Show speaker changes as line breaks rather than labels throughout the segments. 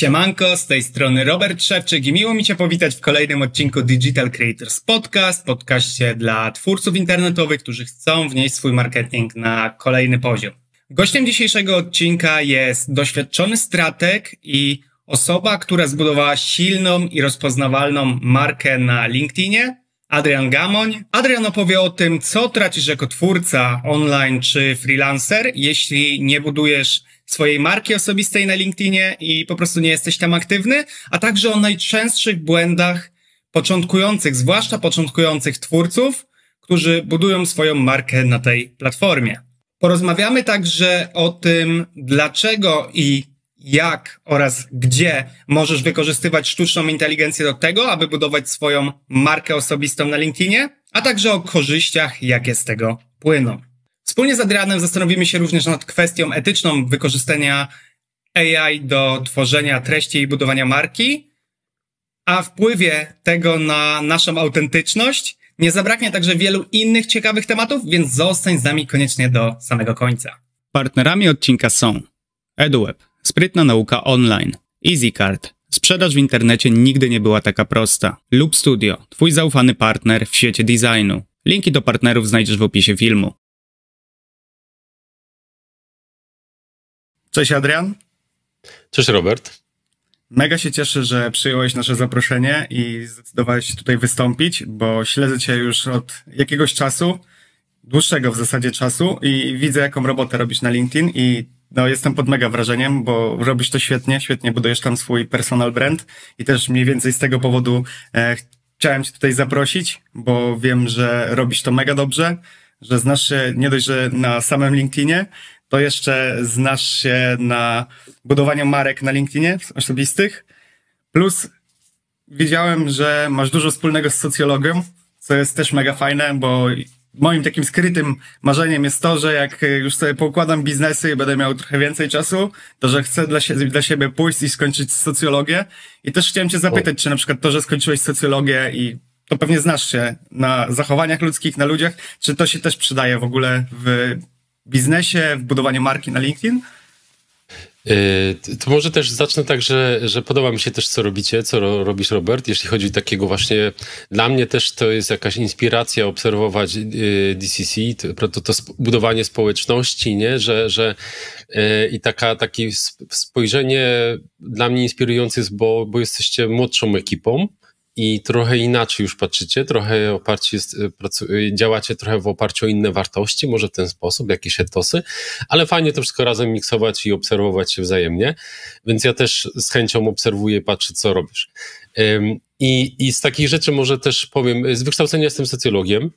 Siemanko, z tej strony Robert Szewczyk i miło mi Cię powitać w kolejnym odcinku Digital Creators Podcast, podcaście dla twórców internetowych, którzy chcą wnieść swój marketing na kolejny poziom. Gościem dzisiejszego odcinka jest doświadczony strateg i osoba, która zbudowała silną i rozpoznawalną markę na LinkedInie, Adrian Gamoń. Adrian opowie o tym, co tracisz jako twórca online czy freelancer, jeśli nie budujesz swojej marki osobistej na LinkedInie i po prostu nie jesteś tam aktywny, a także o najczęstszych błędach początkujących, zwłaszcza początkujących twórców, którzy budują swoją markę na tej platformie. Porozmawiamy także o tym, dlaczego i jak oraz gdzie możesz wykorzystywać sztuczną inteligencję do tego, aby budować swoją markę osobistą na LinkedInie, a także o korzyściach, jakie z tego płyną. Wspólnie z Adrianem zastanowimy się również nad kwestią etyczną wykorzystania AI do tworzenia treści i budowania marki, a wpływie tego na naszą autentyczność. Nie zabraknie także wielu innych ciekawych tematów, więc zostań z nami koniecznie do samego końca. Partnerami odcinka są EduWeb, sprytna nauka online, EasyCard, sprzedaż w internecie nigdy nie była taka prosta, Loop Studio, twój zaufany partner w świecie designu. Linki do partnerów znajdziesz w opisie filmu. Cześć Adrian.
Cześć Robert.
Mega się cieszę, że przyjąłeś nasze zaproszenie i zdecydowałeś się tutaj wystąpić, bo śledzę Cię już od jakiegoś czasu, dłuższego w zasadzie czasu i widzę, jaką robotę robisz na LinkedIn i jestem pod mega wrażeniem, bo robisz to świetnie budujesz tam swój personal brand i też mniej więcej z tego powodu chciałem Cię tutaj zaprosić, bo wiem, że robisz to mega dobrze, że znasz się nie dość, że na samym LinkedInie, to jeszcze znasz się na budowaniu marek na LinkedInie osobistych. Plus widziałem, że masz dużo wspólnego z socjologią, co jest też mega fajne, bo moim takim skrytym marzeniem jest to, że jak już sobie poukładam biznesy i będę miał trochę więcej czasu, to że chcę dla siebie pójść i skończyć socjologię. I też chciałem Cię zapytać, czy na przykład to, że skończyłeś socjologię i to pewnie znasz się na zachowaniach ludzkich, na ludziach, czy to się też przydaje w ogóle w biznesie, w budowaniu marki na LinkedIn?
To może też zacznę tak, że podoba mi się też, co robicie, co robisz, Robert, jeśli chodzi o takiego właśnie, dla mnie też to jest jakaś inspiracja obserwować DCC, to budowanie społeczności, nie, że i takie spojrzenie dla mnie inspirujące jest, bo jesteście młodszą ekipą i trochę inaczej już patrzycie, trochę działacie trochę w oparciu o inne wartości, może w ten sposób, jakieś etosy, ale fajnie to wszystko razem miksować i obserwować się wzajemnie, więc ja też z chęcią obserwuję, patrzę, co robisz. I z takich rzeczy może też powiem, z wykształcenia jestem socjologiem,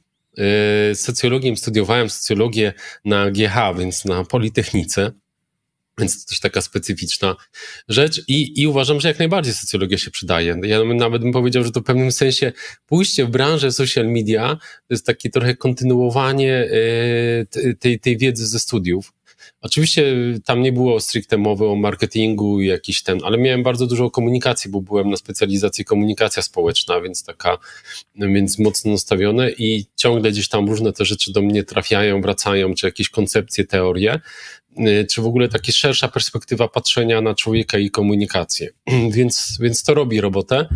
studiowałem socjologię na GH, więc na Politechnice, więc to też taka specyficzna rzecz i uważam, że jak najbardziej socjologia się przydaje. Ja nawet bym powiedział, że to w pewnym sensie pójście w branżę social media to jest takie trochę kontynuowanie tej wiedzy ze studiów. Oczywiście tam nie było stricte mowy o marketingu i ale miałem bardzo dużo o komunikacji, bo byłem na specjalizacji komunikacja społeczna, więc mocno nastawione i ciągle gdzieś tam różne te rzeczy do mnie trafiają, wracają, czy jakieś koncepcje, teorie, czy w ogóle taka szersza perspektywa patrzenia na człowieka i komunikację. Więc to robi robotę.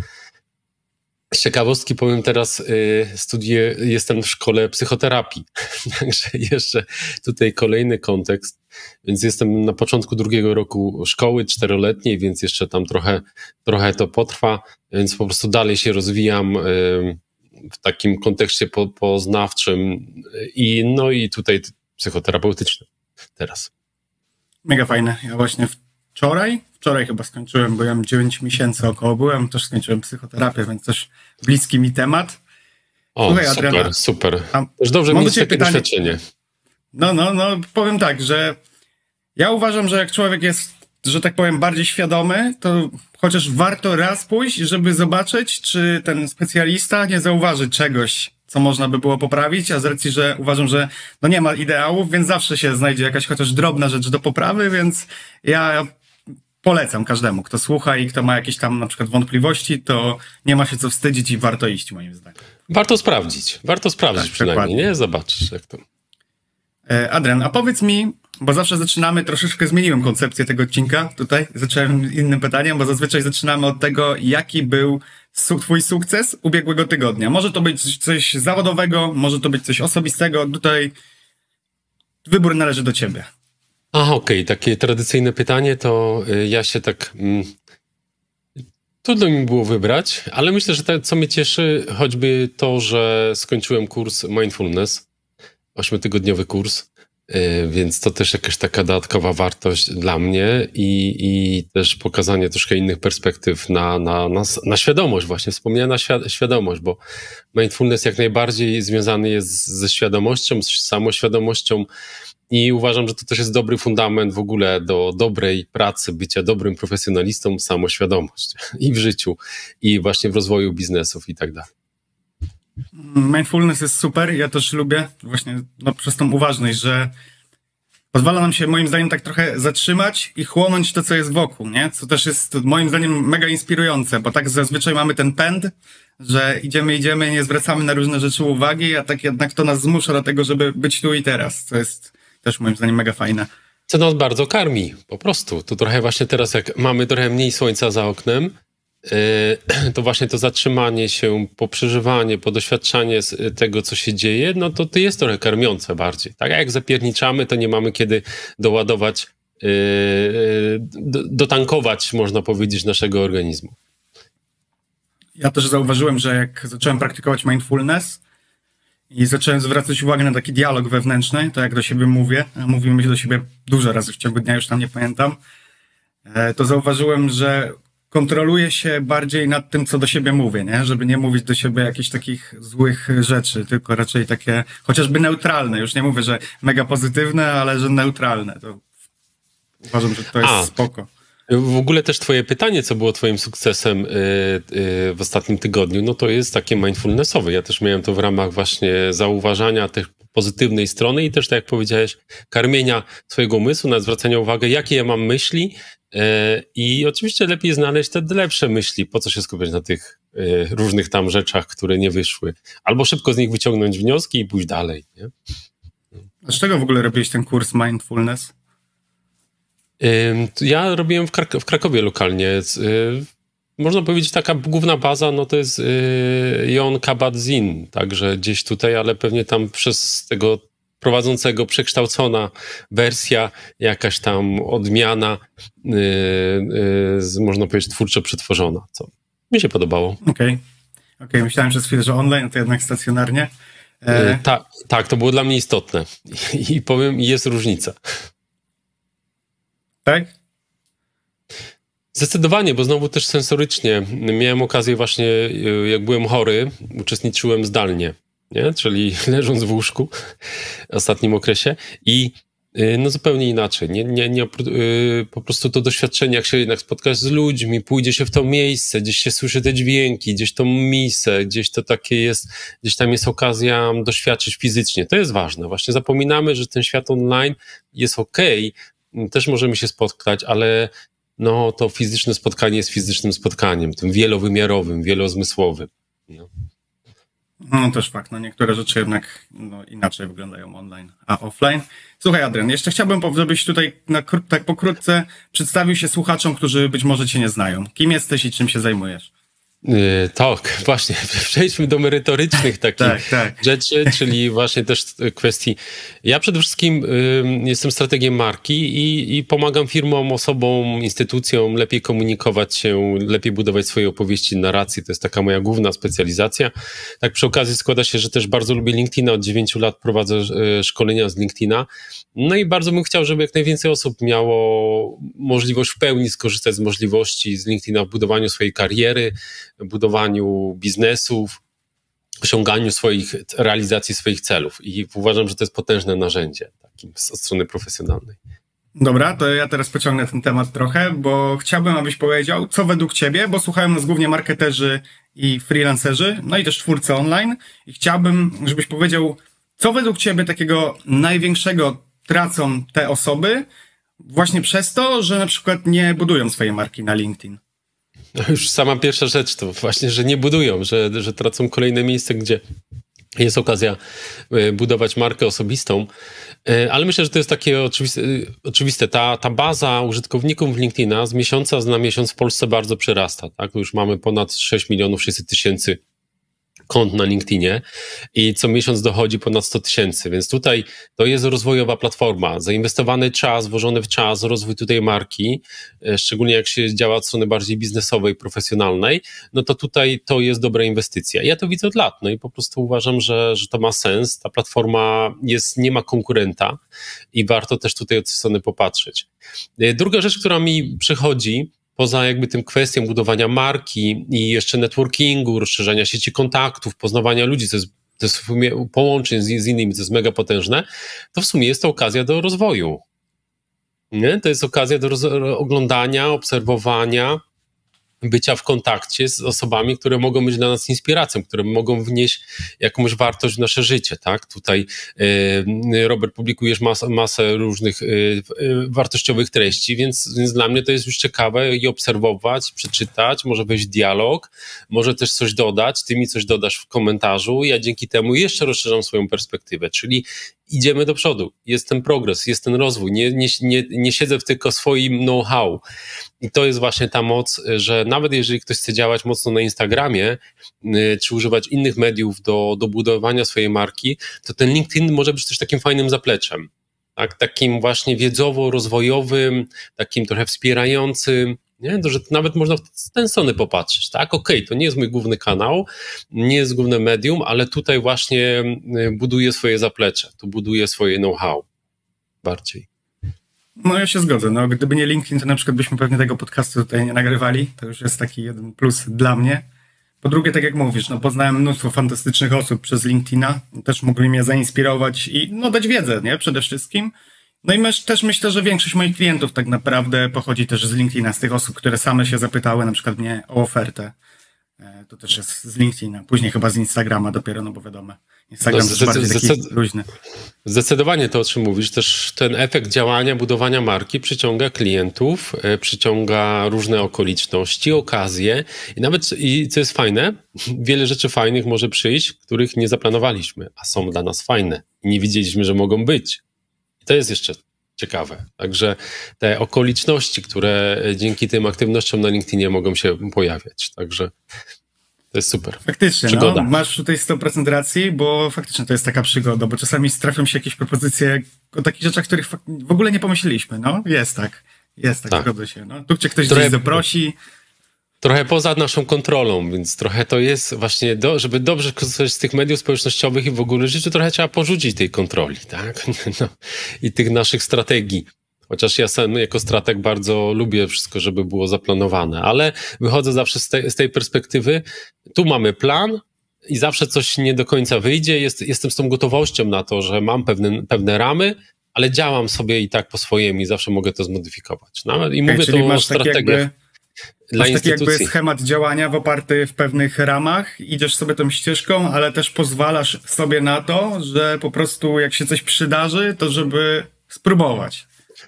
Z ciekawostki powiem teraz, jestem w szkole psychoterapii, także jeszcze tutaj kolejny kontekst, więc jestem na początku drugiego roku szkoły 4-letniej, więc jeszcze tam trochę to potrwa, więc po prostu dalej się rozwijam w takim kontekście poznawczym i tutaj psychoterapeutycznym teraz.
Mega fajne. Ja właśnie wczoraj chyba skończyłem, bo ja 9 miesięcy około byłem, też skończyłem psychoterapię, więc też bliski mi temat.
Słuchaj, Adriana, super. Też dobrze mieć takie doświadczenie.
Powiem tak, że ja uważam, że jak człowiek jest, że tak powiem, bardziej świadomy, to chociaż warto raz pójść, żeby zobaczyć, czy ten specjalista nie zauważy czegoś, co można by było poprawić, a z racji, że uważam, że nie ma ideałów, więc zawsze się znajdzie jakaś chociaż drobna rzecz do poprawy, więc ja polecam każdemu, kto słucha i kto ma jakieś tam na przykład wątpliwości, to nie ma się co wstydzić i warto iść, moim zdaniem.
Warto sprawdzić tak, przynajmniej, dokładnie. Nie? Zobaczysz jak to.
Adrian, a powiedz mi, bo zawsze zaczynamy, troszeczkę zmieniłem koncepcję tego odcinka tutaj, zacząłem innym pytaniem, bo zazwyczaj zaczynamy od tego, jaki był twój sukces ubiegłego tygodnia. Może to być coś zawodowego, może to być coś osobistego, tutaj wybór należy do ciebie.
Okej, takie tradycyjne pytanie, to ja się tak... Trudno mi było wybrać, ale myślę, że co mnie cieszy, choćby to, że skończyłem kurs Mindfulness, 8-tygodniowy kurs, więc to też jakaś taka dodatkowa wartość dla mnie i też pokazanie troszkę innych perspektyw na świadomość, właśnie wspomniana świadomość, bo mindfulness jak najbardziej związany jest ze świadomością, z samoświadomością i uważam, że to też jest dobry fundament w ogóle do dobrej pracy, bycia dobrym profesjonalistą, samoświadomość i w życiu, i właśnie w rozwoju biznesów i tak dalej.
Mindfulness jest super, ja też lubię właśnie przez tą uważność, że pozwala nam się moim zdaniem tak trochę zatrzymać i chłonąć to, co jest wokół, nie? Co też jest moim zdaniem mega inspirujące, bo tak zazwyczaj mamy ten pęd, że idziemy, nie zwracamy na różne rzeczy uwagi, a tak jednak to nas zmusza do tego, żeby być tu i teraz, co jest też moim zdaniem mega fajne.
Co nas bardzo karmi, po prostu. To trochę właśnie teraz, jak mamy trochę mniej słońca za oknem, to właśnie to zatrzymanie się, poprzeżywanie, podoświadczanie tego, co się dzieje, no to jest trochę karmiące bardziej. Tak jak zapierniczamy, to nie mamy kiedy doładować, dotankować, można powiedzieć, naszego organizmu.
Ja też zauważyłem, że jak zacząłem praktykować mindfulness i zacząłem zwracać uwagę na taki dialog wewnętrzny, to jak do siebie mówię, a mówimy do siebie dużo razy w ciągu dnia, już tam nie pamiętam, to zauważyłem, że kontroluję się bardziej nad tym, co do siebie mówię, nie? Żeby nie mówić do siebie jakichś takich złych rzeczy, tylko raczej takie chociażby neutralne. Już nie mówię, że mega pozytywne, ale że neutralne. To uważam, że to jest spoko.
W ogóle też twoje pytanie, co było twoim sukcesem w ostatnim tygodniu, no to jest takie mindfulnessowe. Ja też miałem to w ramach właśnie zauważania tej pozytywnej strony i też, tak jak powiedziałeś, karmienia swojego umysłu, na zwracania uwagi, jakie ja mam myśli i oczywiście lepiej znaleźć te lepsze myśli, po co się skupiać na tych różnych tam rzeczach, które nie wyszły. Albo szybko z nich wyciągnąć wnioski i pójść dalej. Nie?
A z czego w ogóle robiłeś ten kurs mindfulness?
Ja robiłem w Krakowie lokalnie. Można powiedzieć, taka główna baza, no to jest Jon Kabat-Zinn, także gdzieś tutaj, ale pewnie tam przez tego prowadzącego przekształcona wersja, jakaś tam odmiana, można powiedzieć, twórczo przetworzona, co mi się podobało.
Okej. Myślałem przez chwilę, że online, to jednak stacjonarnie.
Tak, to było dla mnie istotne i powiem, jest różnica.
Tak?
Zdecydowanie, bo znowu też sensorycznie. Miałem okazję właśnie, jak byłem chory, uczestniczyłem zdalnie, nie? Czyli leżąc w łóżku w ostatnim okresie i no zupełnie inaczej. Po prostu to doświadczenie, jak się jednak spotkasz z ludźmi, pójdzie się w to miejsce, gdzieś się słyszy te dźwięki, gdzieś tą misę, gdzieś to takie jest, gdzieś tam jest okazja doświadczyć fizycznie. To jest ważne. Właśnie zapominamy, że ten świat online jest okej, też możemy się spotkać, ale no to fizyczne spotkanie jest fizycznym spotkaniem, tym wielowymiarowym, wielozmysłowym.
No też fakt, niektóre rzeczy jednak inaczej wyglądają online, a offline. Słuchaj, Adrian, jeszcze chciałbym, żebyś tutaj tak pokrótce przedstawił się słuchaczom, którzy być może cię nie znają. Kim jesteś i czym się zajmujesz?
Tak, właśnie. Przejdźmy do merytorycznych takich rzeczy, czyli właśnie też kwestii. Ja przede wszystkim jestem strategiem marki i pomagam firmom, osobom, instytucjom lepiej komunikować się, lepiej budować swoje opowieści, narracje. To jest taka moja główna specjalizacja. Tak przy okazji składa się, że też bardzo lubię LinkedIna. Od 9 lat prowadzę szkolenia z LinkedIna. No i bardzo bym chciał, żeby jak najwięcej osób miało możliwość w pełni skorzystać z możliwości z LinkedIna w budowaniu swojej kariery, budowaniu biznesów, osiąganiu realizacji swoich celów. I uważam, że to jest potężne narzędzie takim od strony profesjonalnej.
Dobra, to ja teraz pociągnę ten temat trochę, bo chciałbym, abyś powiedział, co według ciebie, bo słuchają nas głównie marketerzy i freelancerzy, no i też twórcy online i chciałbym, żebyś powiedział, co według ciebie takiego największego tracą te osoby właśnie przez to, że na przykład nie budują swojej marki na LinkedIn.
No już sama pierwsza rzecz to właśnie, że nie budują, że tracą kolejne miejsce, gdzie Jest okazja budować markę osobistą, ale myślę, że to jest takie oczywiste. Ta baza użytkowników LinkedIna z miesiąca na miesiąc w Polsce bardzo przyrasta. Tak? Już mamy ponad 6 600 000 kont na LinkedInie i co miesiąc dochodzi ponad 100 000, więc tutaj to jest rozwojowa platforma. Zainwestowany czas, włożony w czas, rozwój tutaj marki, szczególnie jak się działa od strony bardziej biznesowej, profesjonalnej, no to tutaj to jest dobra inwestycja. Ja to widzę od lat, no i po prostu uważam, że to ma sens. Ta platforma nie ma konkurenta i warto też tutaj od tej strony popatrzeć. Druga rzecz, która mi przychodzi, poza jakby tym kwestią budowania marki i jeszcze networkingu, rozszerzania sieci kontaktów, poznawania ludzi, to jest w sumie połączeń z innymi, to jest mega potężne, to w sumie jest to okazja do rozwoju. Nie? To jest okazja do oglądania, obserwowania, bycia w kontakcie z osobami, które mogą być dla nas inspiracją, które mogą wnieść jakąś wartość w nasze życie, tak? Tutaj Robert, publikujesz masę różnych wartościowych treści, więc dla mnie to jest już ciekawe i obserwować, przeczytać, może wejść w dialog, może też coś dodać, ty mi coś dodasz w komentarzu, ja dzięki temu jeszcze rozszerzam swoją perspektywę, czyli idziemy do przodu, jest ten progres, jest ten rozwój, nie siedzę w tylko swoim know-how. I to jest właśnie ta moc, że nawet jeżeli ktoś chce działać mocno na Instagramie, czy używać innych mediów do budowania swojej marki, to ten LinkedIn może być też takim fajnym zapleczem. Tak? Takim właśnie wiedzowo-rozwojowym, takim trochę wspierającym, nie? To, że nawet można w tę stronę popatrzeć, tak? Okej, to nie jest mój główny kanał, nie jest główne medium, ale tutaj właśnie buduję swoje zaplecze, tu buduję swoje know-how bardziej.
No ja się zgodzę. No, gdyby nie LinkedIn, to na przykład byśmy pewnie tego podcastu tutaj nie nagrywali. To już jest taki jeden plus dla mnie. Po drugie, tak jak mówisz, no poznałem mnóstwo fantastycznych osób przez LinkedIna. Też mogli mnie zainspirować i no dać wiedzę, nie? Przede wszystkim. No i też myślę, że większość moich klientów tak naprawdę pochodzi też z LinkedIna, z tych osób, które same się zapytały na przykład mnie o ofertę. To też jest z LinkedIna. Później chyba z Instagrama dopiero, no bo wiadomo. Instagram jest bardziej taki luźny.
Zdecydowanie to, o czym mówisz, też ten efekt działania, budowania marki przyciąga klientów, przyciąga różne okoliczności, okazje i nawet, i co jest fajne, wiele rzeczy fajnych może przyjść, których nie zaplanowaliśmy, a są dla nas fajne i nie widzieliśmy, że mogą być. I to jest jeszcze ciekawe. Także te okoliczności, które dzięki tym aktywnościom na LinkedInie mogą się pojawiać. Także to jest super.
Faktycznie, no, masz tutaj 100% racji, bo faktycznie to jest taka przygoda, bo czasami trafią się jakieś propozycje o takich rzeczach, których w ogóle nie pomyśleliśmy. No, jest tak, zgodzę się. No. Tu cię ktoś gdzieś zaprosi.
Trochę poza naszą kontrolą, więc trochę to jest właśnie, żeby dobrze korzystać z tych mediów społecznościowych i w ogóle życiu, trochę trzeba porzucić tej kontroli, tak? No, i tych naszych strategii. Chociaż ja sam jako strateg bardzo lubię wszystko, żeby było zaplanowane, ale wychodzę zawsze z tej perspektywy, tu mamy plan i zawsze coś nie do końca wyjdzie, jestem z tą gotowością na to, że mam pewne ramy, ale działam sobie i tak po swojemu i zawsze mogę to zmodyfikować. No, i mówię to o strategiach.
Masz taki jakby schemat działania oparty w pewnych ramach, idziesz sobie tą ścieżką, ale też pozwalasz sobie na to, że po prostu jak się coś przydarzy, to żeby spróbować.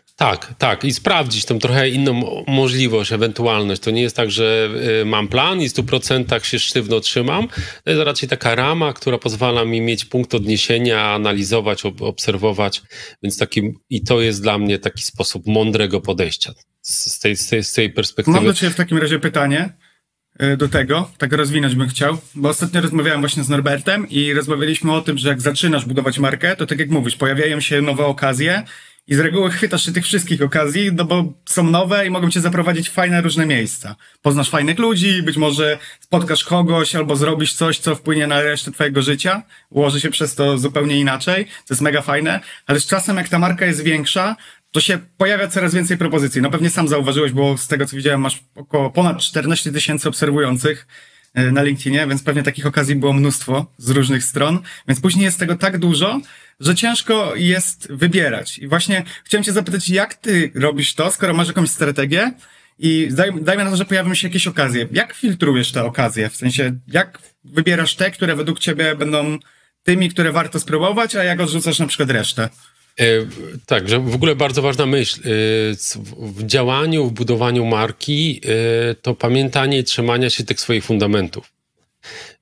Tak. I sprawdzić tą trochę inną możliwość, ewentualność. To nie jest tak, że mam plan i w 100% się sztywno trzymam. To jest raczej taka rama, która pozwala mi mieć punkt odniesienia, analizować, obserwować. Więc i to jest dla mnie taki sposób mądrego podejścia z tej perspektywy.
Mam do ciebie w takim razie pytanie do tego, tak rozwinąć bym chciał, bo ostatnio rozmawiałem właśnie z Norbertem i rozmawialiśmy o tym, że jak zaczynasz budować markę, to tak jak mówisz, pojawiają się nowe okazje i z reguły chwytasz się tych wszystkich okazji, no bo są nowe i mogą cię zaprowadzić w fajne różne miejsca. Poznasz fajnych ludzi, być może spotkasz kogoś albo zrobisz coś, co wpłynie na resztę twojego życia, ułoży się przez to zupełnie inaczej, to jest mega fajne, ale z czasem jak ta marka jest większa, to się pojawia coraz więcej propozycji. No pewnie sam zauważyłeś, bo z tego co widziałem masz ponad 14 000 obserwujących na LinkedInie, więc pewnie takich okazji było mnóstwo z różnych stron, więc później jest tego tak dużo, że ciężko jest wybierać. I właśnie chciałem cię zapytać, jak ty robisz to, skoro masz jakąś strategię i dajmy na to, że pojawią się jakieś okazje. Jak filtrujesz te okazje? W sensie, jak wybierasz te, które według ciebie będą tymi, które warto spróbować, a jak odrzucasz na przykład resztę?
Tak, że w ogóle bardzo ważna myśl. W działaniu, w budowaniu marki to pamiętanie i trzymania się tych swoich fundamentów.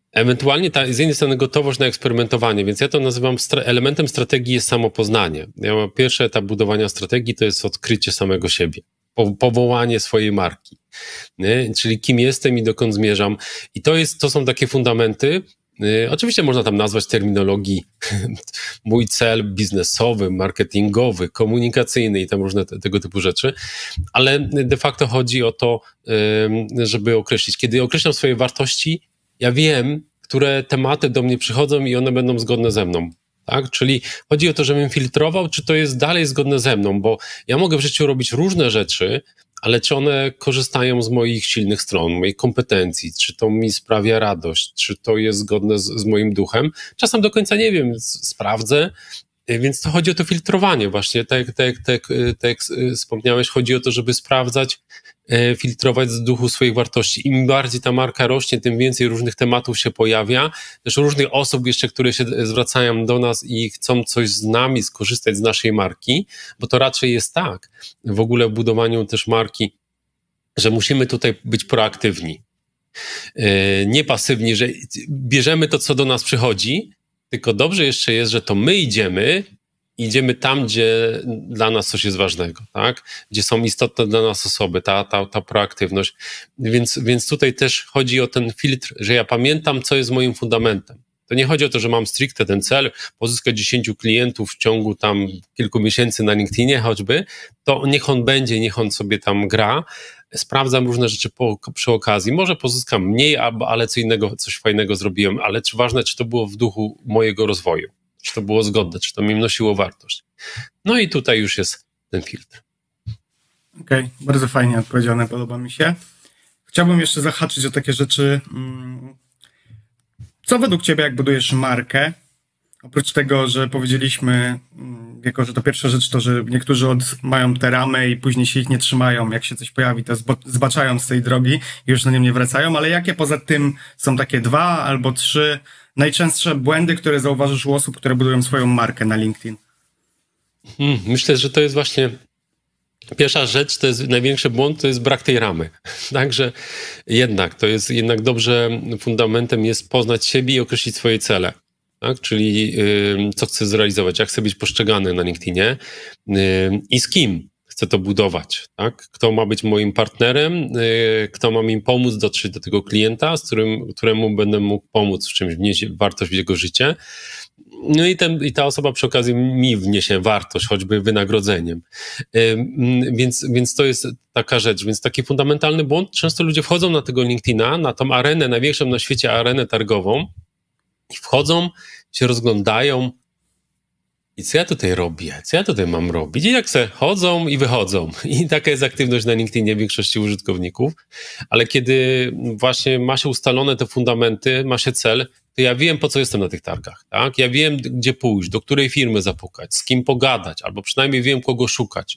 Ewentualnie z jednej strony gotowość na eksperymentowanie, więc ja to nazywam elementem strategii jest samopoznanie. Pierwszy etap budowania strategii to jest odkrycie samego siebie, powołanie swojej marki, nie? Czyli kim jestem i dokąd zmierzam. I to są takie fundamenty. Oczywiście można tam nazwać terminologii mój cel biznesowy, marketingowy, komunikacyjny i tam różne tego typu rzeczy, ale de facto chodzi o to, żeby określić. Kiedy określam swoje wartości, ja wiem, które tematy do mnie przychodzą i one będą zgodne ze mną. Tak? Czyli chodzi o to, żebym filtrował, czy to jest dalej zgodne ze mną, bo ja mogę w życiu robić różne rzeczy, ale czy one korzystają z moich silnych stron, moich kompetencji, czy to mi sprawia radość, czy to jest zgodne z moim duchem. Czasem do końca nie wiem, sprawdzę, więc to chodzi o to filtrowanie właśnie, tak jak wspomniałeś, chodzi o to, żeby sprawdzać, filtrować z duchu swoich wartości. Im bardziej ta marka rośnie, tym więcej różnych tematów się pojawia, też różnych osób jeszcze, które się zwracają do nas i chcą coś z nami, skorzystać z naszej marki, bo to raczej jest tak, w ogóle w budowaniu też marki, że musimy tutaj być proaktywni, nie pasywni, że bierzemy to, co do nas przychodzi, tylko dobrze jeszcze jest, że to my idziemy tam, gdzie dla nas coś jest ważnego, tak? Gdzie są istotne dla nas osoby, ta proaktywność. Więc tutaj też chodzi o ten filtr, że ja pamiętam, co jest moim fundamentem. To nie chodzi o to, że mam stricte ten cel, pozyskać 10 klientów w ciągu tam kilku miesięcy na LinkedInie choćby, to niech on będzie, niech on sobie tam gra. Sprawdzam różne rzeczy przy okazji. Może pozyskam mniej, ale coś fajnego zrobiłem, ale ważne, czy to było w duchu mojego rozwoju. Czy to było zgodne, czy to mi wnosiło wartość. No i tutaj już jest ten filtr.
Okej, bardzo fajnie odpowiedziane, podoba mi się. Chciałbym jeszcze zahaczyć o takie rzeczy. Co według ciebie, jak budujesz markę? Oprócz tego, że powiedzieliśmy, jako że to pierwsza rzecz, to że niektórzy mają te ramy i później się ich nie trzymają, jak się coś pojawi, to zbaczają z tej drogi i już na nią nie wracają, ale jakie poza tym są takie 2 albo 3 najczęstsze błędy, które zauważysz u osób, które budują swoją markę na LinkedIn?
Myślę, że to jest właśnie pierwsza rzecz, to jest największy błąd, to jest brak tej ramy. Także jednak dobrze fundamentem jest poznać siebie i określić swoje cele. Tak? Czyli co chcę zrealizować, jak chcę być postrzegany na LinkedInie i z kim chcę to budować. Tak? Kto ma być moim partnerem, kto ma mi pomóc dotrzeć do tego klienta, któremu będę mógł pomóc w czymś, wnieść wartość w jego życie. No i ta osoba przy okazji mi wniesie wartość, choćby wynagrodzeniem. Więc to jest taka rzecz. Więc taki fundamentalny błąd. Często ludzie wchodzą na tego LinkedIna, na tą arenę, największą na świecie arenę targową i wchodzą, się rozglądają i co ja tutaj robię? Co ja tutaj mam robić? I jak se chodzą i wychodzą. I taka jest aktywność na LinkedInie większości użytkowników. Ale kiedy właśnie ma się ustalone te fundamenty, ma się cel, to ja wiem, po co jestem na tych targach. Tak? Ja wiem, gdzie pójść, do której firmy zapukać, z kim pogadać, albo przynajmniej wiem, kogo szukać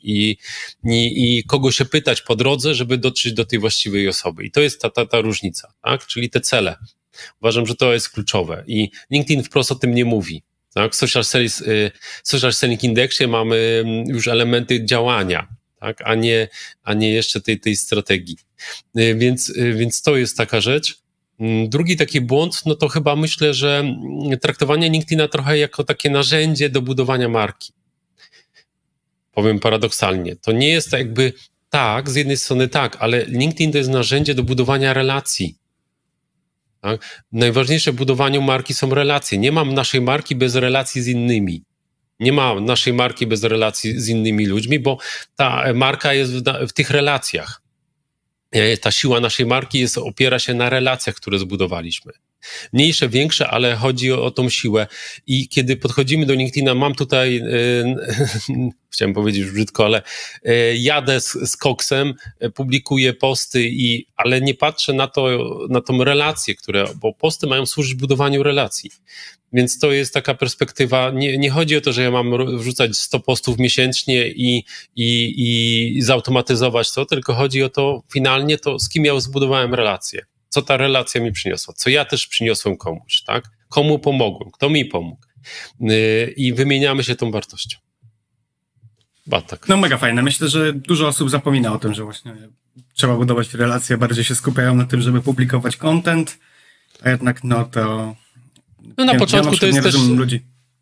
i kogo się pytać po drodze, żeby dotrzeć do tej właściwej osoby. I to jest ta różnica, tak? Czyli te cele. Uważam, że to jest kluczowe i LinkedIn wprost o tym nie mówi. Tak? W Social Selling Indexie mamy już elementy działania, tak? a nie jeszcze tej strategii. Więc to jest taka rzecz. Drugi taki błąd, no to chyba myślę, że traktowanie LinkedIna trochę jako takie narzędzie do budowania marki. Powiem paradoksalnie. To nie jest jakby tak, z jednej strony tak, ale LinkedIn to jest narzędzie do budowania relacji. Tak? Najważniejsze w budowaniu marki są relacje. Nie mam naszej marki bez relacji z innymi. Nie ma naszej marki bez relacji z innymi ludźmi, bo ta marka jest w tych relacjach. Ta siła naszej marki opiera się na relacjach, które zbudowaliśmy. Mniejsze, większe, ale chodzi o tą siłę. I kiedy podchodzimy do LinkedIna, mam tutaj, chciałem powiedzieć brzydko, ale jadę z koksem, publikuję posty, ale nie patrzę na tą relację, bo posty mają służyć budowaniu relacji. Więc to jest taka perspektywa, nie chodzi o to, że ja mam wrzucać 100 postów miesięcznie i zautomatyzować to, tylko chodzi o to finalnie, to z kim ja zbudowałem relację. Co ta relacja mi przyniosła, co ja też przyniosłem komuś, tak? Komu pomogłem, kto mi pomógł. I wymieniamy się tą wartością. Tak.
No mega fajne. Myślę, że dużo osób zapomina o tym, że właśnie trzeba budować relacje, bardziej się skupiają na tym, żeby publikować content a jednak no to...
No na początku to jest też...
ludzi.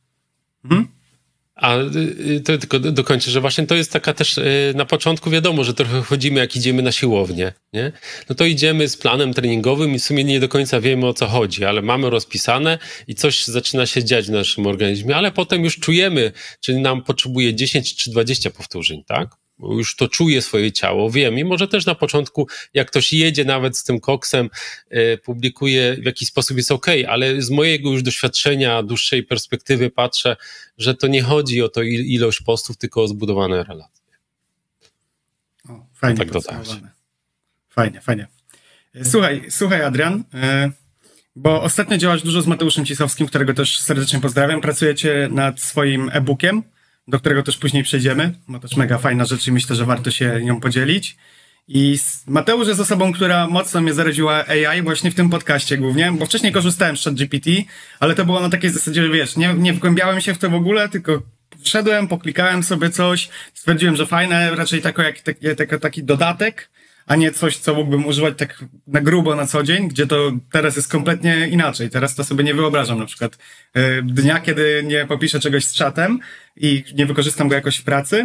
A to tylko dokończę, że właśnie to jest taka też, na początku wiadomo, że trochę chodzimy jak idziemy na siłownię, nie? No to idziemy z planem treningowym i w sumie nie do końca wiemy, o co chodzi, ale mamy rozpisane i coś zaczyna się dziać w naszym organizmie, ale potem już czujemy, czy nam potrzebuje 10 czy 20 powtórzeń, tak? Już to czuje swoje ciało, wiem. I może też na początku, jak ktoś jedzie nawet z tym koksem, publikuje, w jakiś sposób jest okej, ale z mojego już doświadczenia, dłuższej perspektywy patrzę, że to nie chodzi o to ilość postów, tylko o zbudowane relacje.
O, fajnie
tak podsumowane.
Fajnie. Słuchaj Adrian, bo ostatnio działasz dużo z Mateuszem Cisowskim, którego też serdecznie pozdrawiam. Pracujecie nad swoim e-bookiem, do którego też później przejdziemy, bo też mega fajna rzecz i myślę, że warto się nią podzielić. I Mateusz jest osobą, która mocno mnie zaraziła AI właśnie w tym podcaście głównie, bo wcześniej korzystałem z ChatGPT, ale to było na takiej zasadzie, że wiesz, nie wgłębiałem się w to w ogóle, tylko wszedłem, poklikałem sobie coś, stwierdziłem, że fajne, raczej taki dodatek, a nie coś, co mógłbym używać tak na grubo na co dzień, gdzie to teraz jest kompletnie inaczej. Teraz to sobie nie wyobrażam na przykład dnia, kiedy nie popiszę czegoś z czatem i nie wykorzystam go jakoś w pracy.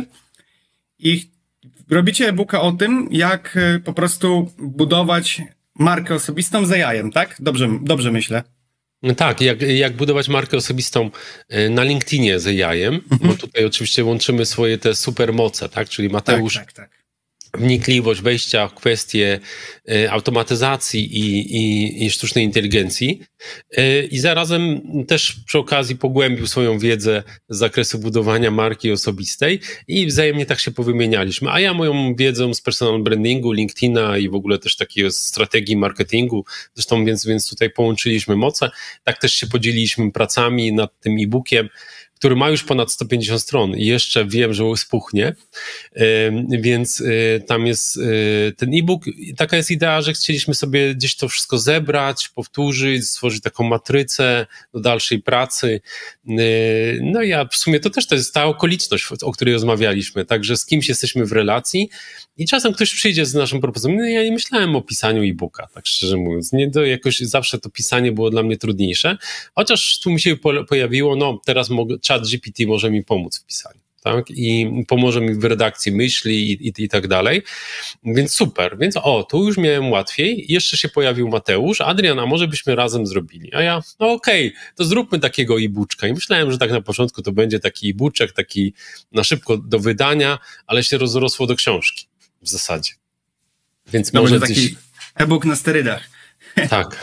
I robicie e-booka o tym, jak po prostu budować markę osobistą z AI-em, tak? Dobrze myślę.
Tak, jak budować markę osobistą na LinkedInie z AI-em, bo tutaj oczywiście łączymy swoje te supermoce, tak? Czyli Mateusz...
Tak.
Wnikliwość wejścia w kwestie automatyzacji i sztucznej inteligencji i zarazem też przy okazji pogłębił swoją wiedzę z zakresu budowania marki osobistej i wzajemnie tak się powymienialiśmy, a ja moją wiedzą z personal brandingu, LinkedIna i w ogóle też takiej strategii marketingu, zresztą więc tutaj połączyliśmy moce, tak też się podzieliliśmy pracami nad tym e-bookiem, który ma już ponad 150 stron i jeszcze wiem, że spuchnie, więc tam jest ten e-book. Taka jest idea, że chcieliśmy sobie gdzieś to wszystko zebrać, powtórzyć, stworzyć taką matrycę do dalszej pracy. No i w sumie to jest ta okoliczność, o której rozmawialiśmy, także z kimś jesteśmy w relacji i czasem ktoś przyjdzie z naszą propozycją. No ja nie myślałem o pisaniu e-booka, tak szczerze mówiąc. Jakoś zawsze to pisanie było dla mnie trudniejsze, chociaż tu mi się pojawiło, no teraz ChatGPT może mi pomóc w pisaniu, tak? I pomoże mi w redakcji myśli i tak dalej. Więc super. Więc tu już miałem łatwiej. Jeszcze się pojawił Mateusz. Adrian, a może byśmy razem zrobili? A ja, no okej, to zróbmy takiego e-booczka. I myślałem, że tak na początku to będzie taki e-booczek, taki na szybko do wydania, ale się rozrosło do książki w zasadzie. Więc
to
może
taki e-book na sterydach.
Tak.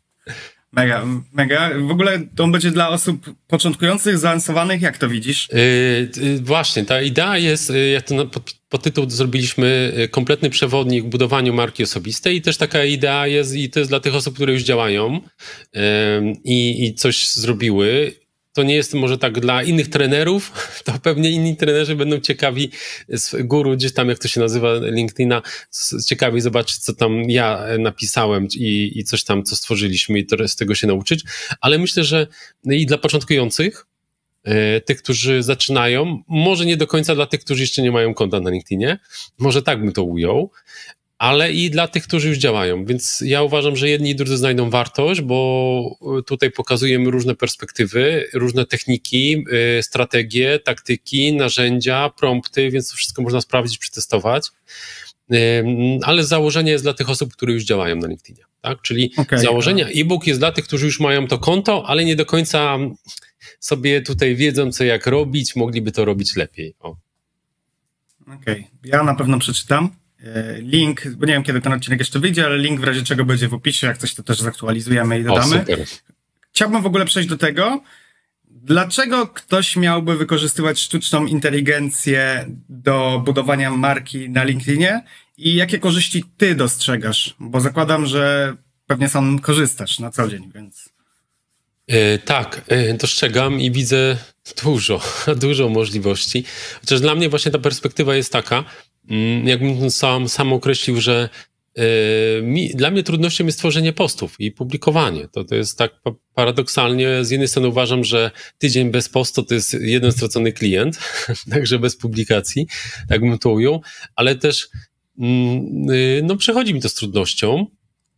Mega. W ogóle to będzie dla osób początkujących, zaawansowanych. Jak to widzisz?
Właśnie, ta idea jest, jak to podtytuł zrobiliśmy, kompletny przewodnik w budowaniu marki osobistej i też taka idea jest i to jest dla tych osób, które już działają i coś zrobiły. To nie jest może tak dla innych trenerów, to pewnie inni trenerzy będą ciekawi z guru, gdzieś tam jak to się nazywa, LinkedIna, ciekawi zobaczyć, co tam ja napisałem i coś tam, co stworzyliśmy i z tego się nauczyć, ale myślę, że i dla początkujących, tych, którzy zaczynają, może nie do końca dla tych, którzy jeszcze nie mają konta na LinkedInie, może tak bym to ujął, ale i dla tych, którzy już działają. Więc ja uważam, że jedni i drudzy znajdą wartość, bo tutaj pokazujemy różne perspektywy, różne techniki, strategie, taktyki, narzędzia, prompty, więc to wszystko można sprawdzić, przetestować. Ale założenie jest dla tych osób, które już działają na LinkedInie. Tak? Czyli założenie e-book jest dla tych, którzy już mają to konto, ale nie do końca sobie tutaj wiedzą, co jak robić, mogliby to robić lepiej.
Okej. Ja na pewno przeczytam. Link, bo nie wiem, kiedy ten odcinek jeszcze wyjdzie, ale link w razie czego będzie w opisie, jak coś to też zaktualizujemy i dodamy.
Super.
Chciałbym w ogóle przejść do tego, dlaczego ktoś miałby wykorzystywać sztuczną inteligencję do budowania marki na LinkedInie i jakie korzyści ty dostrzegasz? Bo zakładam, że pewnie sam korzystasz na co dzień, więc...
Tak, dostrzegam i widzę dużo możliwości. Chociaż dla mnie właśnie ta perspektywa jest taka, jakbym sam określił, że dla mnie trudnością jest tworzenie postów i publikowanie. To jest tak paradoksalnie, z jednej strony uważam, że tydzień bez postu to jest jeden stracony klient, także bez publikacji, tak bym to ujął, ale też no, przechodzi mi to z trudnością.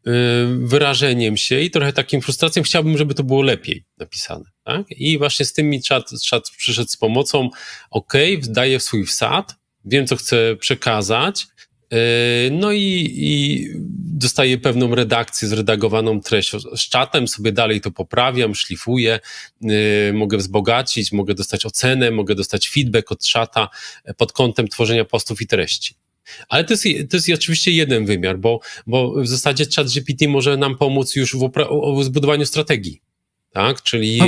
wyrażeniem się i trochę takim frustracją. Chciałbym, żeby to było lepiej napisane. Tak? I właśnie z tym mi czat przyszedł z pomocą. Daję swój wsad, wiem, co chcę przekazać, no i dostaję pewną redakcję, zredagowaną treść z czatem, sobie dalej to poprawiam, szlifuję, mogę wzbogacić, mogę dostać ocenę, mogę dostać feedback od czata pod kątem tworzenia postów i treści. Ale to jest oczywiście jeden wymiar, bo w zasadzie ChatGPT może nam pomóc już w zbudowaniu strategii. Tak? Czyli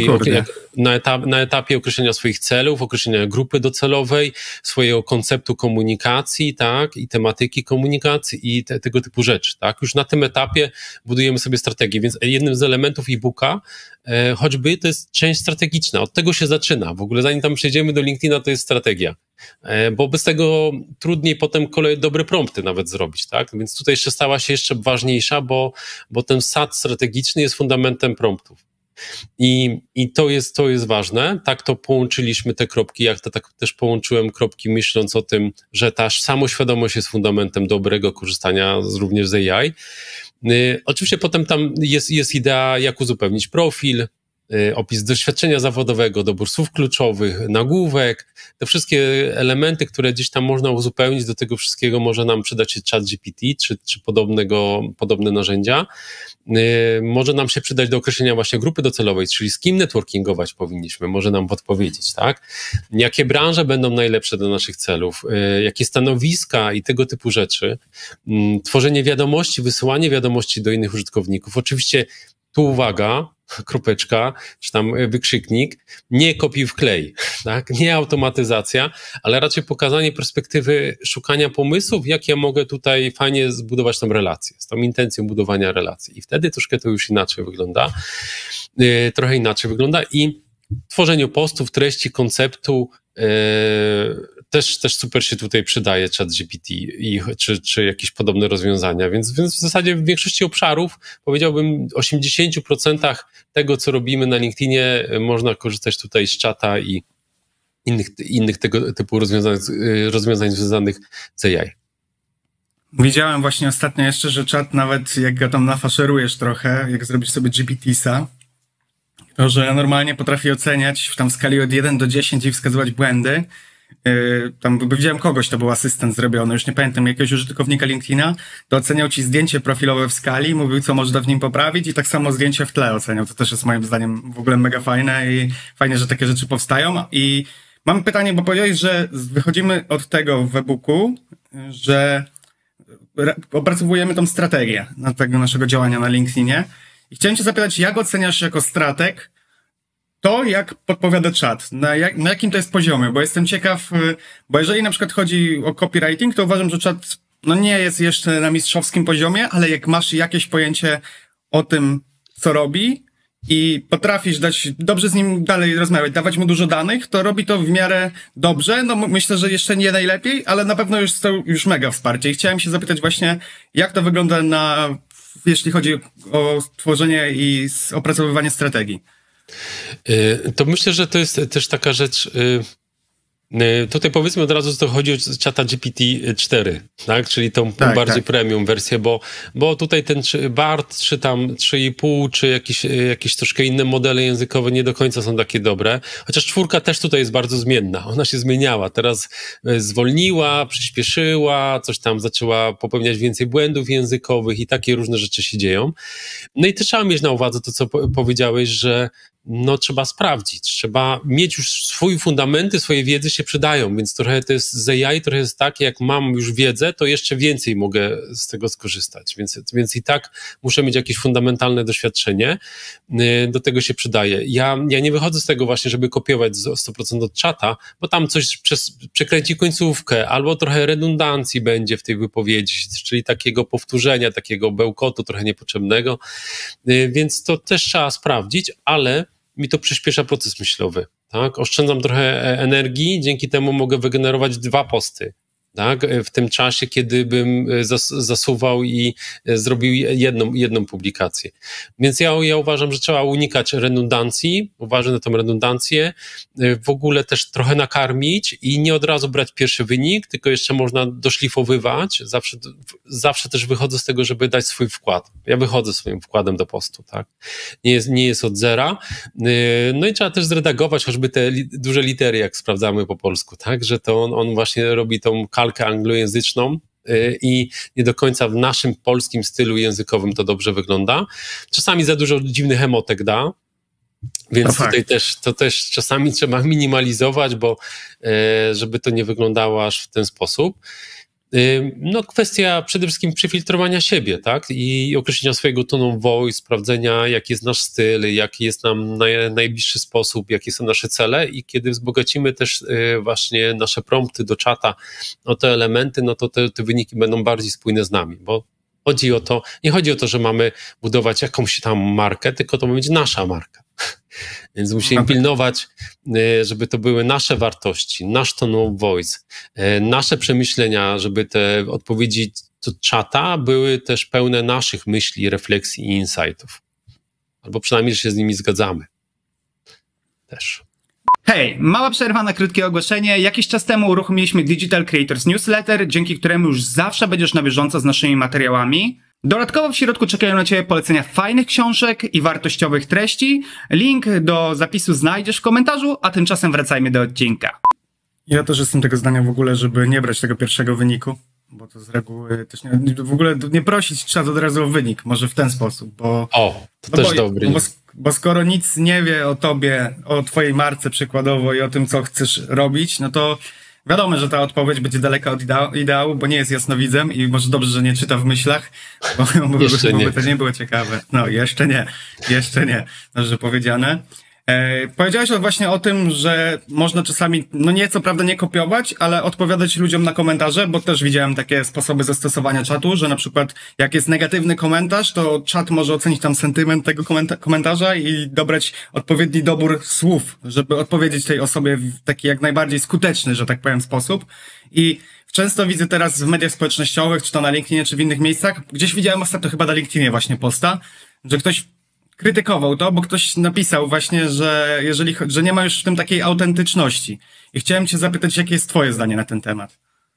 na etapie określenia swoich celów, określenia grupy docelowej, swojego konceptu komunikacji, tak? I tematyki komunikacji i tego typu rzeczy. Tak? Już na tym etapie budujemy sobie strategię, więc jednym z elementów e-booka choćby to jest część strategiczna. Od tego się zaczyna. W ogóle zanim tam przejdziemy do LinkedIna, to jest strategia. Bo bez tego trudniej potem dobre prompty nawet zrobić, tak? Więc tutaj jeszcze stała się jeszcze ważniejsza, bo ten sad strategiczny jest fundamentem promptów. I to jest ważne. Tak to połączyliśmy te kropki, tak też połączyłem kropki, myśląc o tym, że ta samoświadomość jest fundamentem dobrego korzystania również z AI. Oczywiście potem tam jest idea, jak uzupełnić profil, opis doświadczenia zawodowego, dobór słów kluczowych, nagłówek, te wszystkie elementy, które gdzieś tam można uzupełnić, do tego wszystkiego może nam przydać się ChatGPT czy podobne narzędzia. Może nam się przydać do określenia właśnie grupy docelowej, czyli z kim networkingować powinniśmy, może nam podpowiedzieć, tak? Jakie branże będą najlepsze do naszych celów, jakie stanowiska i tego typu rzeczy. Tworzenie wiadomości, wysyłanie wiadomości do innych użytkowników. Oczywiście tu uwaga, kropeczka, czy tam wykrzyknik, nie kopiuj wklej, tak? Nie automatyzacja, ale raczej pokazanie perspektywy szukania pomysłów, jak ja mogę tutaj fajnie zbudować tą relację, z tą intencją budowania relacji. I wtedy troszkę to już inaczej wygląda, trochę inaczej wygląda i tworzeniu postów, treści, konceptu też super się tutaj przydaje ChatGPT czy jakieś podobne rozwiązania, więc w zasadzie w większości obszarów, powiedziałbym 80% tego, co robimy na LinkedInie, można korzystać tutaj z czata i innych tego typu rozwiązań związanych z AI.
Widziałem właśnie ostatnio jeszcze, że czat nawet jak go tam nafaszerujesz trochę, jak zrobisz sobie GPT-sa, to że normalnie potrafi oceniać tam w skali od 1 do 10 i wskazywać błędy. Tam widziałem kogoś, to był asystent zrobiony, już nie pamiętam, jakiegoś użytkownika LinkedIna, to oceniał ci zdjęcie profilowe w skali, mówił, co można w nim poprawić i tak samo zdjęcie w tle oceniał. To też jest moim zdaniem w ogóle mega fajne i fajnie, że takie rzeczy powstają. I mam pytanie, bo powiedziałeś, że wychodzimy od tego w e-booku, że opracowujemy tą strategię tego naszego działania na LinkedInie. I chciałem cię zapytać, jak oceniasz jako strateg to, jak podpowiada czat, na jakim to jest poziomie, bo jestem ciekaw, bo jeżeli na przykład chodzi o copywriting, to uważam, że czat nie jest jeszcze na mistrzowskim poziomie, ale jak masz jakieś pojęcie o tym, co robi i potrafisz dobrze z nim dalej rozmawiać, dawać mu dużo danych, to robi to w miarę dobrze. No myślę, że jeszcze nie najlepiej, ale na pewno jest to już mega wsparcie. I chciałem się zapytać właśnie, jak to wygląda jeśli chodzi o tworzenie i opracowywanie strategii.
To myślę, że to jest też taka rzecz, tutaj powiedzmy od razu, że to chodzi o czata GPT-4, tak? Czyli tą bardziej premium wersję, bo tutaj ten BART, czy tam 3,5, czy jakieś troszkę inne modele językowe nie do końca są takie dobre, chociaż 4 też tutaj jest bardzo zmienna, ona się zmieniała, teraz zwolniła, przyspieszyła, coś tam zaczęła popełniać więcej błędów językowych i takie różne rzeczy się dzieją. No i też trzeba mieć na uwadze to, co powiedziałeś, że trzeba sprawdzić, trzeba mieć już swoje fundamenty, swoje wiedzy się przydają, więc trochę to jest z AI, trochę jest takie, jak mam już wiedzę, to jeszcze więcej mogę z tego skorzystać, więc i tak muszę mieć jakieś fundamentalne doświadczenie, do tego się przydaje. Ja nie wychodzę z tego właśnie, żeby kopiować 100% od czata, bo tam coś przekręci końcówkę, albo trochę redundancji będzie w tej wypowiedzi, czyli takiego powtórzenia, takiego bełkotu trochę niepotrzebnego, więc to też trzeba sprawdzić, ale mi to przyspiesza proces myślowy, tak? Oszczędzam trochę energii, dzięki temu mogę wygenerować 2 posty tak? W tym czasie, kiedy bym zasuwał i zrobił jedną publikację. Więc ja uważam, że trzeba unikać redundancji, uważam na tą redundancję, w ogóle też trochę nakarmić i nie od razu brać pierwszy wynik, tylko jeszcze można doszlifowywać. Zawsze też wychodzę z tego, żeby dać swój wkład. Ja wychodzę swoim wkładem do postu, tak? Nie jest od zera. No i trzeba też zredagować choćby te duże litery, jak sprawdzamy po polsku, tak? Że to on właśnie robi tą kalkę anglojęzyczną i nie do końca w naszym polskim stylu językowym to dobrze wygląda. Czasami za dużo dziwnych emotek da, więc tutaj też czasami trzeba minimalizować, bo żeby to nie wyglądało aż w ten sposób. No kwestia przede wszystkim przefiltrowania siebie, tak? I określenia swojego tonu of voice, sprawdzenia jaki jest nasz styl, jaki jest nam najbliższy sposób, jakie są nasze cele i kiedy wzbogacimy też właśnie nasze prompty do czata o te elementy, no to te wyniki będą bardziej spójne z nami, bo nie chodzi o to, że mamy budować jakąś tam markę, tylko to ma być nasza marka. Więc musimy pilnować, żeby to były nasze wartości, nasz tone of voice, nasze przemyślenia, żeby te odpowiedzi do czata były też pełne naszych myśli, refleksji i insightów. Albo przynajmniej, że się z nimi zgadzamy. Też.
Hej, mała przerwa na krótkie ogłoszenie. Jakiś czas temu uruchomiliśmy Digital Creators Newsletter, dzięki któremu już zawsze będziesz na bieżąco z naszymi materiałami. Dodatkowo w środku czekają na Ciebie polecenia fajnych książek i wartościowych treści. Link do zapisu znajdziesz w komentarzu, a tymczasem wracajmy do odcinka. Ja też jestem tego zdania w ogóle, żeby nie brać tego pierwszego wyniku, bo to z reguły też w ogóle nie prosić trzeba od razu o wynik, może w ten sposób, bo...
też dobry.
Bo skoro nic nie wie o tobie, o twojej marce przykładowo i o tym, co chcesz robić, no to wiadomo, że ta odpowiedź będzie daleka od ideału, bo nie jest jasnowidzem i może dobrze, że nie czyta w myślach, bo to nie było ciekawe. No, jeszcze nie. Dobrze powiedziane. Powiedziałeś właśnie o tym, że można czasami, no nie, co prawda nie kopiować, ale odpowiadać ludziom na komentarze, bo też widziałem takie sposoby zastosowania czatu, że na przykład jak jest negatywny komentarz, to czat może ocenić tam sentyment tego komentarza i dobrać odpowiedni dobór słów, żeby odpowiedzieć tej osobie w taki jak najbardziej skuteczny, że tak powiem, sposób. I często widzę teraz w mediach społecznościowych, czy to na LinkedInie, czy w innych miejscach, gdzieś widziałem ostatnio chyba na LinkedInie właśnie posta, że ktoś krytykował to, bo ktoś napisał właśnie, że że nie ma już w tym takiej autentyczności. I chciałem cię zapytać, jakie jest twoje zdanie na ten temat?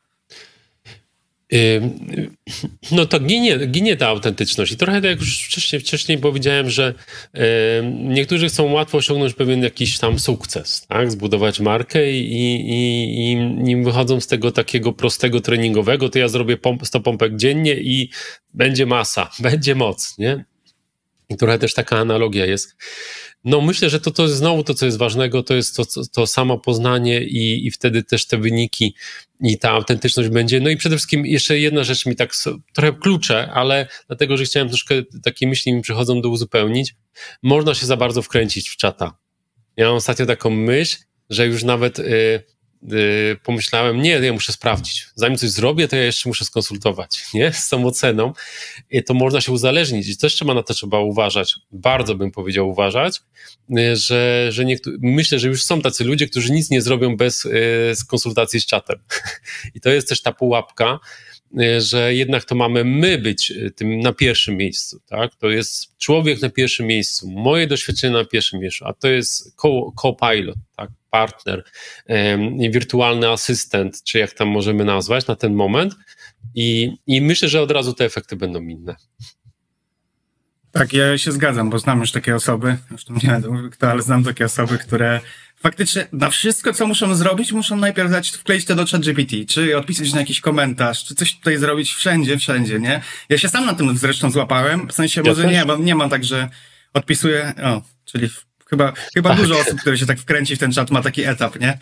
No to ginie ta autentyczność. I trochę tak jak już wcześniej powiedziałem, że niektórzy chcą łatwo osiągnąć pewien jakiś tam sukces, tak? Zbudować markę i wychodzą z tego takiego prostego treningowego, to ja zrobię 100 pompek dziennie i będzie masa, będzie moc, nie? I trochę też taka analogia jest. No myślę, że to jest znowu to, co jest ważnego, to jest to samo poznanie i wtedy też te wyniki i ta autentyczność będzie. No i przede wszystkim jeszcze jedna rzecz mi tak trochę klucze, ale dlatego, że chciałem troszkę, takie myśli mi przychodzą do uzupełnić. Można się za bardzo wkręcić w czata. Ja mam ostatnio taką myśl, że już nawet pomyślałem, nie, ja muszę sprawdzić. Zanim coś zrobię, to ja jeszcze muszę skonsultować, nie? Z tą oceną. I to można się uzależnić i też na to trzeba uważać. Bardzo bym powiedział uważać, że myślę, że już są tacy ludzie, którzy nic nie zrobią bez konsultacji z czatem. I to jest też ta pułapka, że jednak to mamy my być tym na pierwszym miejscu, tak? To jest człowiek na pierwszym miejscu, moje doświadczenie na pierwszym miejscu, a to jest co-pilot, tak? Partner, wirtualny asystent, czy jak tam możemy nazwać na ten moment i myślę, że od razu te efekty będą inne.
Tak, ja się zgadzam, bo znam już takie osoby, zresztą nie wiem kto, ale znam takie osoby, które faktycznie na wszystko, co muszą zrobić, muszą najpierw wkleić to do ChatGPT, czy odpisać na jakiś komentarz, czy coś tutaj zrobić wszędzie, nie? Ja się sam na tym zresztą złapałem, w sensie może nie, bo nie mam tak, że odpisuję, czyli chyba dużo osób, które się tak wkręci w ten czat, ma taki etap, nie?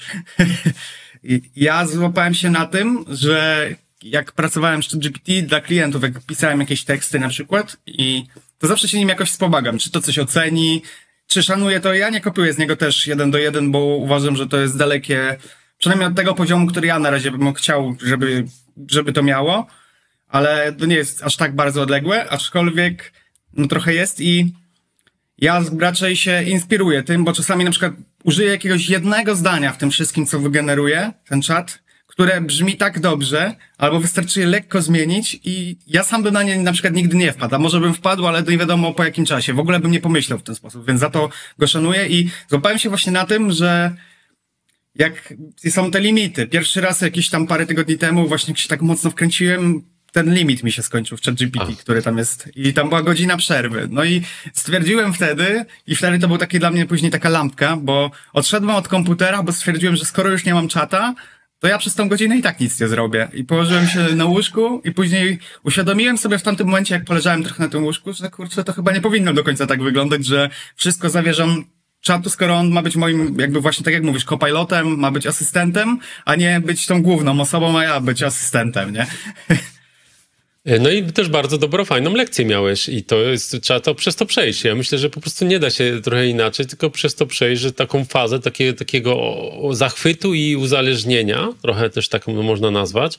I ja złapałem się na tym, że jak pracowałem z ChatGPT dla klientów, jak pisałem jakieś teksty na przykład i to zawsze się nim jakoś wspomagam, czy to coś oceni, czy szanuję to, ja nie kopiuję z niego też 1 do 1, bo uważam, że to jest dalekie, przynajmniej od tego poziomu, który ja na razie bym chciał, żeby to miało, ale to nie jest aż tak bardzo odległe, aczkolwiek no trochę jest i ja raczej się inspiruję tym, bo czasami na przykład użyję jakiegoś jednego zdania w tym wszystkim, co wygeneruje ten czat, które brzmi tak dobrze, albo wystarczy je lekko zmienić i ja sam bym na nie na przykład nigdy nie wpadł, a może bym wpadł, ale nie wiadomo po jakim czasie. W ogóle bym nie pomyślał w ten sposób, więc za to go szanuję i złapałem się właśnie na tym, że jak są te limity. Pierwszy raz jakieś tam parę tygodni temu właśnie jak się tak mocno wkręciłem, ten limit mi się skończył w ChatGPT, który tam jest i tam była godzina przerwy. No i stwierdziłem wtedy i wtedy to był taki dla mnie później taka lampka, bo odszedłem od komputera, bo stwierdziłem, że skoro już nie mam czata, to ja przez tą godzinę i tak nic nie zrobię. I położyłem się na łóżku i później uświadomiłem sobie w tamtym momencie, jak poleżałem trochę na tym łóżku, że kurczę, to chyba nie powinno do końca tak wyglądać, że wszystko zawierzam czatu, skoro on ma być moim, jakby właśnie tak jak mówisz, copilotem, ma być asystentem, a nie być tą główną osobą, a ja być asystentem, nie?
No i też bardzo dobrą, fajną lekcję miałeś i to jest, trzeba to przez to przejść. Ja myślę, że po prostu nie da się trochę inaczej, tylko przez to przejść, że taką fazę takiego zachwytu i uzależnienia, trochę też tak można nazwać,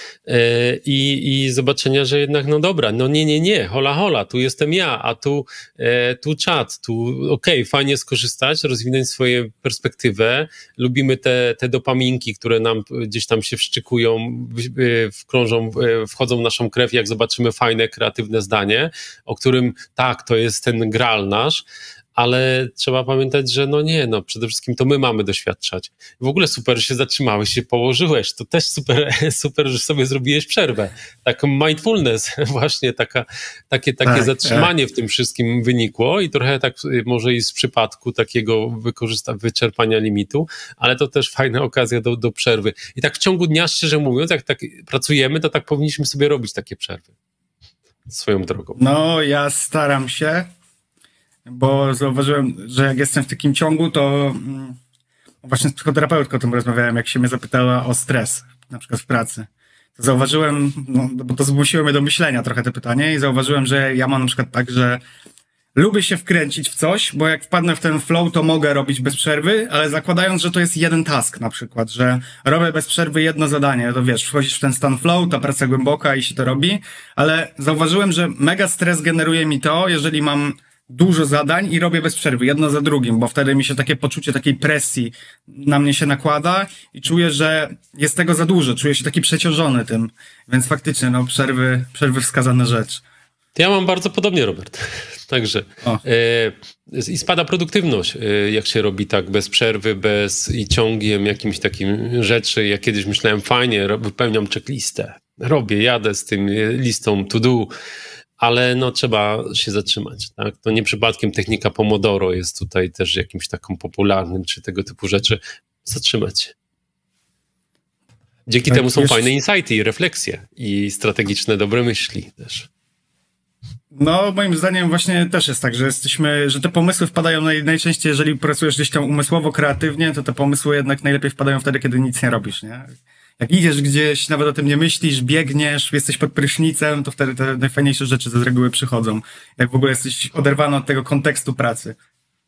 i zobaczenia, że jednak, no dobra, no nie, hola, tu jestem ja, a tu czat, tu okej, fajnie skorzystać, rozwinąć swoją perspektywę, lubimy te dopaminki, które nam gdzieś tam się wszczykują, krążą, wchodzą w naszą krew, jak zobaczymy fajne, kreatywne zdanie, o którym tak, to jest ten gral nasz, ale trzeba pamiętać, że przede wszystkim to my mamy doświadczać. W ogóle super, że się zatrzymałeś, się położyłeś, to też super, że sobie zrobiłeś przerwę. Taką mindfulness właśnie, takie zatrzymanie w tym wszystkim wynikło i trochę tak może i z przypadku takiego wyczerpania limitu, ale to też fajna okazja do przerwy. I tak w ciągu dnia, szczerze mówiąc, jak tak pracujemy, to tak powinniśmy sobie robić takie przerwy. Swoją drogą.
No, ja staram się, bo zauważyłem, że jak jestem w takim ciągu, to właśnie z psychoterapeutką o tym rozmawiałem, jak się mnie zapytała o stres, na przykład w pracy. To zauważyłem, bo to zmusiło mnie do myślenia trochę te pytanie i zauważyłem, że ja mam na przykład tak, że lubię się wkręcić w coś, bo jak wpadnę w ten flow, to mogę robić bez przerwy, ale zakładając, że to jest jeden task na przykład, że robię bez przerwy jedno zadanie, to wiesz, wchodzisz w ten stan flow, ta praca głęboka i się to robi, ale zauważyłem, że mega stres generuje mi to, jeżeli mam dużo zadań i robię bez przerwy, jedno za drugim, bo wtedy mi się takie poczucie takiej presji na mnie się nakłada i czuję, że jest tego za dużo, czuję się taki przeciążony tym, więc faktycznie, przerwy wskazana rzecz.
Ja mam bardzo podobnie, Robert. Także i spada produktywność, jak się robi tak bez przerwy, i ciągiem jakimś takim rzeczy. Ja kiedyś myślałem, fajnie, wypełniam checklistę, jadę z tym listą to do, ale trzeba się zatrzymać. Tak? To nie przypadkiem technika Pomodoro jest tutaj też jakimś taką popularnym, czy tego typu rzeczy. Zatrzymać się. Dzięki temu są fajne insighty i refleksje i strategiczne dobre myśli też.
No, moim zdaniem właśnie też jest tak, że te pomysły wpadają najczęściej, jeżeli pracujesz gdzieś tam umysłowo, kreatywnie, to te pomysły jednak najlepiej wpadają wtedy, kiedy nic nie robisz, nie? Jak idziesz gdzieś, nawet o tym nie myślisz, biegniesz, jesteś pod prysznicem, to wtedy te najfajniejsze rzeczy z reguły przychodzą. Jak w ogóle jesteś oderwany od tego kontekstu pracy.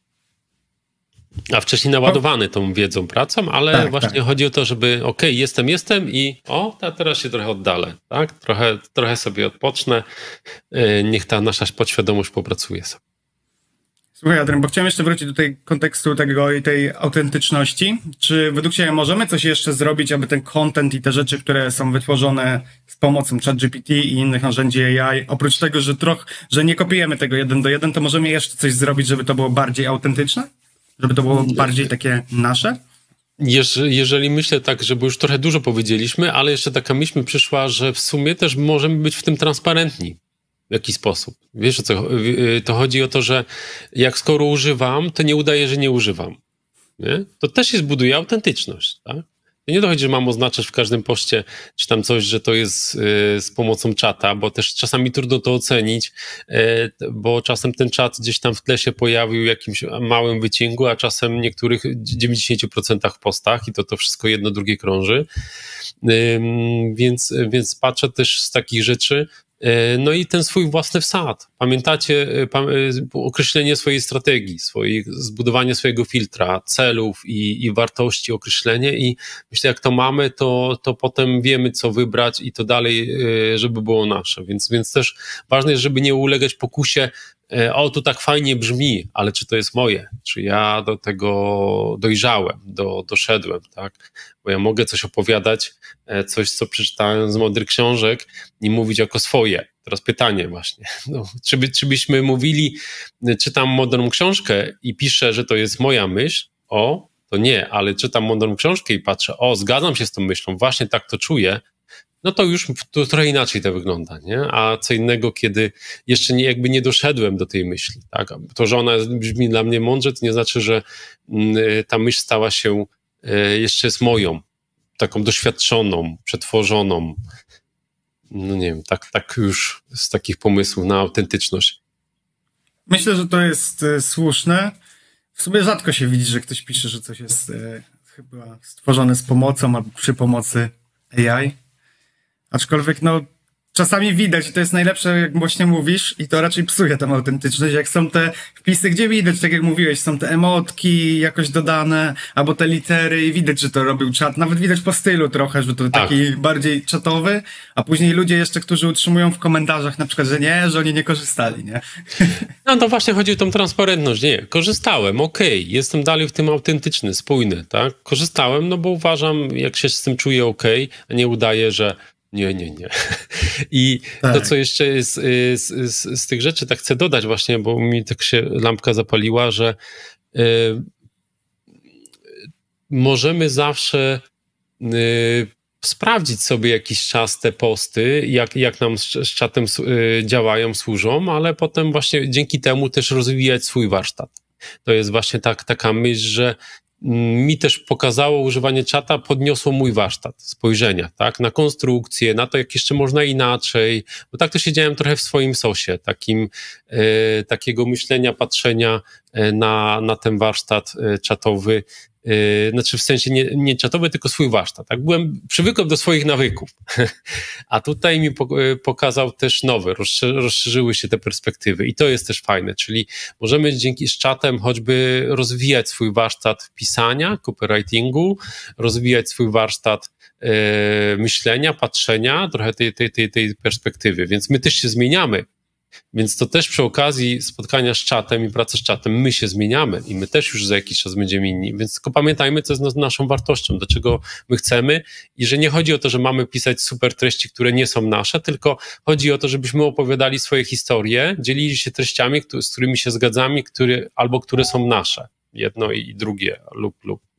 A wcześniej naładowany tą wiedzą, pracą, ale właśnie chodzi o to, żeby jestem i teraz się trochę oddalę, tak? Trochę sobie odpocznę, niech ta nasza podświadomość popracuje sobie.
Słuchaj, Adrian, bo chciałem jeszcze wrócić do tej kontekstu tego i tej autentyczności. Czy według Ciebie możemy coś jeszcze zrobić, aby ten content i te rzeczy, które są wytworzone z pomocą ChatGPT i innych narzędzi AI, oprócz tego, że nie kopiujemy tego 1 do 1, to możemy jeszcze coś zrobić, żeby to było bardziej autentyczne? Żeby to było bardziej takie nasze?
Jeżeli myślę tak, żeby już trochę dużo powiedzieliśmy, ale jeszcze taka myśl mi przyszła, że w sumie też możemy być w tym transparentni w jakiś sposób. Wiesz o co? To chodzi o to, że jak skoro używam, to nie udaję, że nie używam. Nie? To też się buduje autentyczność, tak? Nie dochodzi, że mam oznaczać w każdym poście, czy tam coś, że to jest z pomocą czata, bo też czasami trudno to ocenić, bo czasem ten czat gdzieś tam w tle się pojawił w jakimś małym wycinku, a czasem niektórych 90% w postach i to wszystko jedno drugie krąży. Więc patrzę też z takich rzeczy. No i ten swój własny wsad. Pamiętacie określenie swojej strategii, zbudowanie swojego filtra, celów i wartości, określenie i myślę, jak to mamy, to potem wiemy, co wybrać i to dalej, żeby było nasze. Więc też ważne jest, żeby nie ulegać pokusie o, tu tak fajnie brzmi, ale czy to jest moje? Czy ja do tego dojrzałem, doszedłem, tak? Bo ja mogę coś opowiadać, coś, co przeczytałem z mądrych książek i mówić jako swoje. Teraz pytanie właśnie, no, czy byśmy mówili, czytam mądrą książkę i piszę, że to jest moja myśl, to nie, ale czytam mądrą książkę i patrzę, zgadzam się z tą myślą, właśnie tak to czuję, no to już to trochę inaczej to wygląda, nie? A co innego, kiedy jeszcze nie doszedłem do tej myśli, tak? To, że ona brzmi dla mnie mądrze, to nie znaczy, że ta myśl stała się, jeszcze jest moją, taką doświadczoną, przetworzoną. No nie wiem, tak już z takich pomysłów na autentyczność.
Myślę, że to jest słuszne. W sumie rzadko się widzi, że ktoś pisze, że coś jest chyba stworzone z pomocą albo przy pomocy AI. Aczkolwiek czasami widać, i to jest najlepsze, jak właśnie mówisz, i to raczej psuje tą autentyczność, jak są te wpisy, gdzie widać, tak jak mówiłeś, są te emotki jakoś dodane, albo te litery i widać, że to robił czat. Nawet widać po stylu trochę, że to taki bardziej czatowy, a później ludzie jeszcze, którzy utrzymują w komentarzach na przykład, że nie, że oni nie korzystali, nie?
No to właśnie chodzi o tą transparentność. Nie, korzystałem, okej, jestem dalej w tym autentyczny, spójny, tak? Korzystałem, no bo uważam, jak się z tym czuję okej, a nie udaję, że nie. I to, co jeszcze jest z tych rzeczy, tak chcę dodać właśnie, bo mi tak się lampka zapaliła, że możemy zawsze sprawdzić sobie jakiś czas te posty, jak nam z czatem działają, służą, ale potem właśnie dzięki temu też rozwijać swój warsztat. To jest właśnie taka myśl, że mi też pokazało używanie czata, podniosło mój warsztat spojrzenia, tak, na konstrukcję, na to, jak jeszcze można inaczej, bo tak to siedziałem trochę w swoim sosie, takiego myślenia, patrzenia na ten warsztat czatowy, znaczy w sensie nie czatowy, tylko swój warsztat. Tak? Przywykłem do swoich nawyków, a tutaj mi pokazał też nowe, rozszerzyły się te perspektywy i to jest też fajne, czyli możemy dzięki z czatem choćby rozwijać swój warsztat pisania, copywritingu, rozwijać swój warsztat myślenia, patrzenia, trochę tej perspektywy, więc my też się zmieniamy. Więc to też przy okazji spotkania z czatem i pracy z czatem my się zmieniamy i my też już za jakiś czas będziemy inni. Więc tylko pamiętajmy, co jest naszą wartością, do czego my chcemy i że nie chodzi o to, że mamy pisać super treści, które nie są nasze, tylko chodzi o to, żebyśmy opowiadali swoje historie, dzielili się treściami, z którymi się zgadzamy, albo które są nasze. Jedno i drugie lub.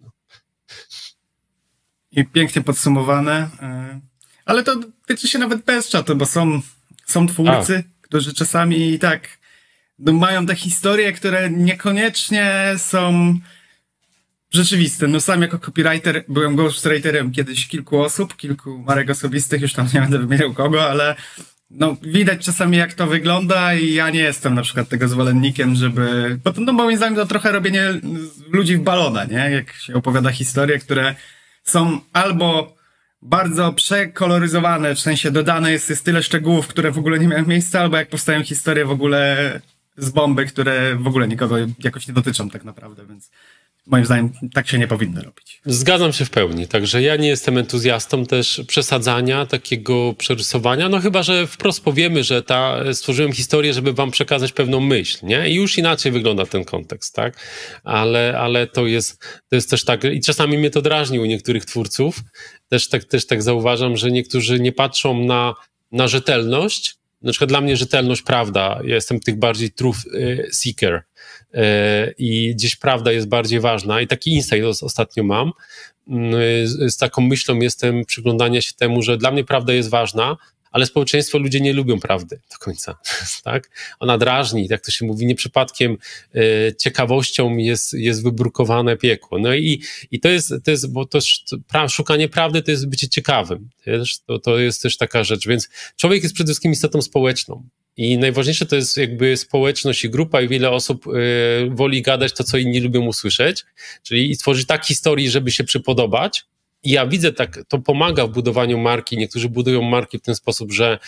I pięknie podsumowane. Ale to tyczy się nawet bez czatu, bo są twórcy, którzy czasami mają te historie, które niekoniecznie są rzeczywiste. Sam jako copywriter byłem ghostwriterem kiedyś kilku marek osobistych, już tam nie będę wymieniał kogo, ale widać czasami, jak to wygląda i ja nie jestem na przykład tego zwolennikiem, żeby... Bo moim zdaniem to trochę robienie ludzi w balona, nie? Jak się opowiada historie, które są albo bardzo przekoloryzowane, w sensie dodane jest tyle szczegółów, które w ogóle nie miały miejsca, albo jak powstają historie w ogóle z bomby, które w ogóle nikogo jakoś nie dotyczą tak naprawdę, więc moim zdaniem tak się nie powinno robić.
Zgadzam się w pełni, także ja nie jestem entuzjastą też przesadzania, takiego przerysowania, chyba, że wprost powiemy, że stworzyłem historię, żeby wam przekazać pewną myśl, nie? I już inaczej wygląda ten kontekst, tak? Ale to jest też tak, i czasami mnie to drażni u niektórych twórców, też tak zauważam, że niektórzy nie patrzą na rzetelność. Na przykład dla mnie rzetelność, prawda, ja jestem tych bardziej truth seeker i gdzieś prawda jest bardziej ważna i taki insight ostatnio mam. Z taką myślą jestem przyglądania się temu, że dla mnie prawda jest ważna, ale społeczeństwo, ludzie nie lubią prawdy do końca, tak? Ona drażni, jak to się mówi, nie przypadkiem ciekawością jest wybrukowane piekło. I to jest, bo szukanie prawdy to jest bycie ciekawym, to jest też taka rzecz, więc człowiek jest przede wszystkim istotą społeczną i najważniejsze to jest jakby społeczność i grupa i wiele osób woli gadać to, co inni lubią usłyszeć, czyli stworzyć tak historii, żeby się przypodobać. I ja widzę to pomaga w budowaniu marki. Niektórzy budują marki w ten sposób, że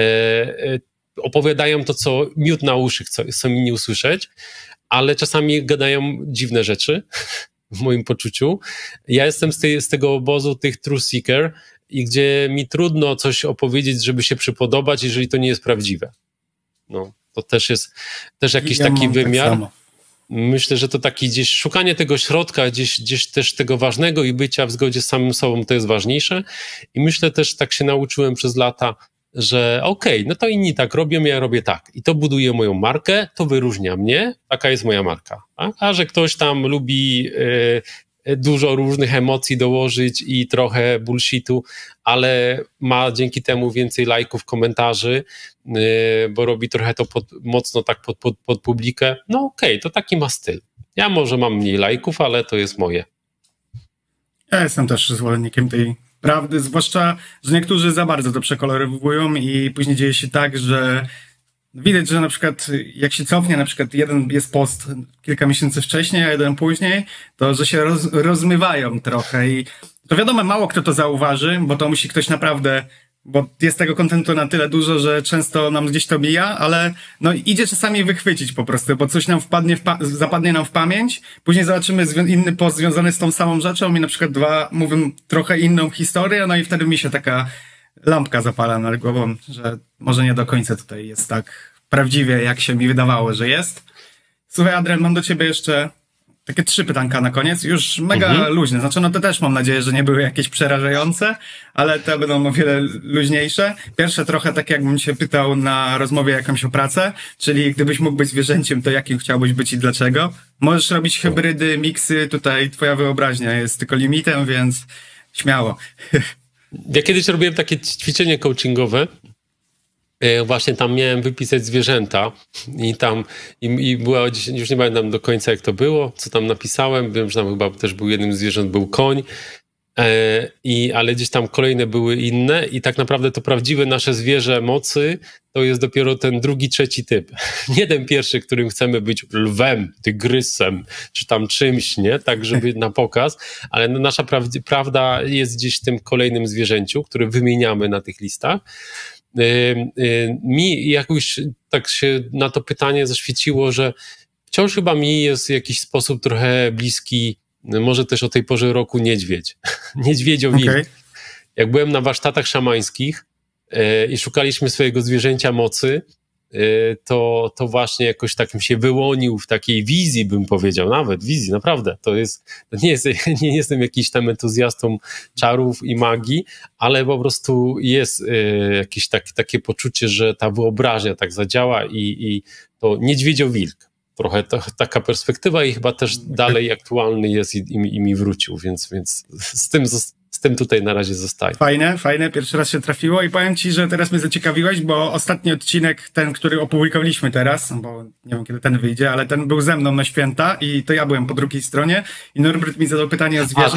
opowiadają to, co miód na uszy chcą inni usłyszeć, ale czasami gadają dziwne rzeczy, w moim poczuciu. Ja jestem z tego obozu tych truth seeker i gdzie mi trudno coś opowiedzieć, żeby się przypodobać, jeżeli to nie jest prawdziwe. To też jest jakiś taki wymiar. Tak, myślę, że to taki gdzieś szukanie tego środka, gdzieś też tego ważnego i bycia w zgodzie z samym sobą, to jest ważniejsze. I myślę też, tak się nauczyłem przez lata, że okej, no to inni tak robią, ja robię tak. I to buduje moją markę, to wyróżnia mnie, taka jest moja marka. Tak? A że ktoś tam lubi dużo różnych emocji dołożyć i trochę bullshitu, ale ma dzięki temu więcej lajków, komentarzy, bo robi trochę to mocno tak pod publikę, no okej, to taki ma styl. Ja może mam mniej lajków, ale to jest moje.
Ja jestem też zwolennikiem tej prawdy, zwłaszcza, że niektórzy za bardzo to przekolorowują i później dzieje się tak, że widać, że na przykład jak się cofnie, na przykład jeden jest post kilka miesięcy wcześniej, a jeden później, to że się rozmywają trochę i to wiadomo, mało kto to zauważy, bo to musi ktoś naprawdę, bo jest tego kontentu na tyle dużo, że często nam gdzieś to mija, ale no idzie czasami wychwycić po prostu, bo coś nam zapadnie nam w pamięć, później zobaczymy inny post związany z tą samą rzeczą i na przykład dwa mówią trochę inną historię, no i wtedy mi się taka lampka zapala nad głową, że może nie do końca tutaj jest tak prawdziwie, jak się mi wydawało, że jest. Słuchaj, Adrian, mam do ciebie jeszcze takie 3 pytanka na koniec, już mega luźne. Znaczy, no to też mam nadzieję, że nie były jakieś przerażające, ale te będą o wiele luźniejsze. Pierwsze trochę tak, jakbym cię pytał na rozmowie jakąś o pracę, czyli gdybyś mógł być zwierzęciem, to jakim chciałbyś być i dlaczego? Możesz robić hybrydy, miksy, tutaj twoja wyobraźnia jest tylko limitem, więc śmiało.
Ja kiedyś robiłem takie ćwiczenie coachingowe. Właśnie tam miałem wypisać zwierzęta i była, już nie pamiętam do końca jak to było, co tam napisałem, wiem, że tam chyba też był jednym z zwierząt, był koń, ale gdzieś tam kolejne były inne i tak naprawdę to prawdziwe nasze zwierzę mocy to jest dopiero ten drugi, trzeci typ. Nie ten pierwszy, którym chcemy być lwem, tygrysem, czy tam czymś, nie? Tak, żeby na pokaz, ale nasza prawda jest gdzieś w tym kolejnym zwierzęciu, który wymieniamy na tych listach. Mi jakoś tak się na to pytanie zaświeciło, że wciąż chyba mi jest w jakiś sposób trochę bliski, może też o tej porze roku niedźwiedź. Niedźwiedziowilk. Okay. Jak byłem na warsztatach szamańskich i szukaliśmy swojego zwierzęcia mocy, to właśnie jakoś tak mi się wyłonił w takiej wizji, bym powiedział, nawet wizji, naprawdę. Nie jestem jakiś tam entuzjastą czarów i magii, ale po prostu jest jakieś takie poczucie, że ta wyobraźnia tak zadziała i to niedźwiedziowilk. Trochę taka perspektywa i chyba też dalej aktualny jest i mi wrócił, więc z tym tutaj na razie zostaje.
Fajne, pierwszy raz się trafiło i powiem ci, że teraz mnie zaciekawiłeś, bo ostatni odcinek, ten, który opublikowaliśmy teraz, bo nie wiem kiedy ten wyjdzie, ale ten był ze mną na święta i to ja byłem po drugiej stronie i Norbert mi zadał pytanie o zwierzę,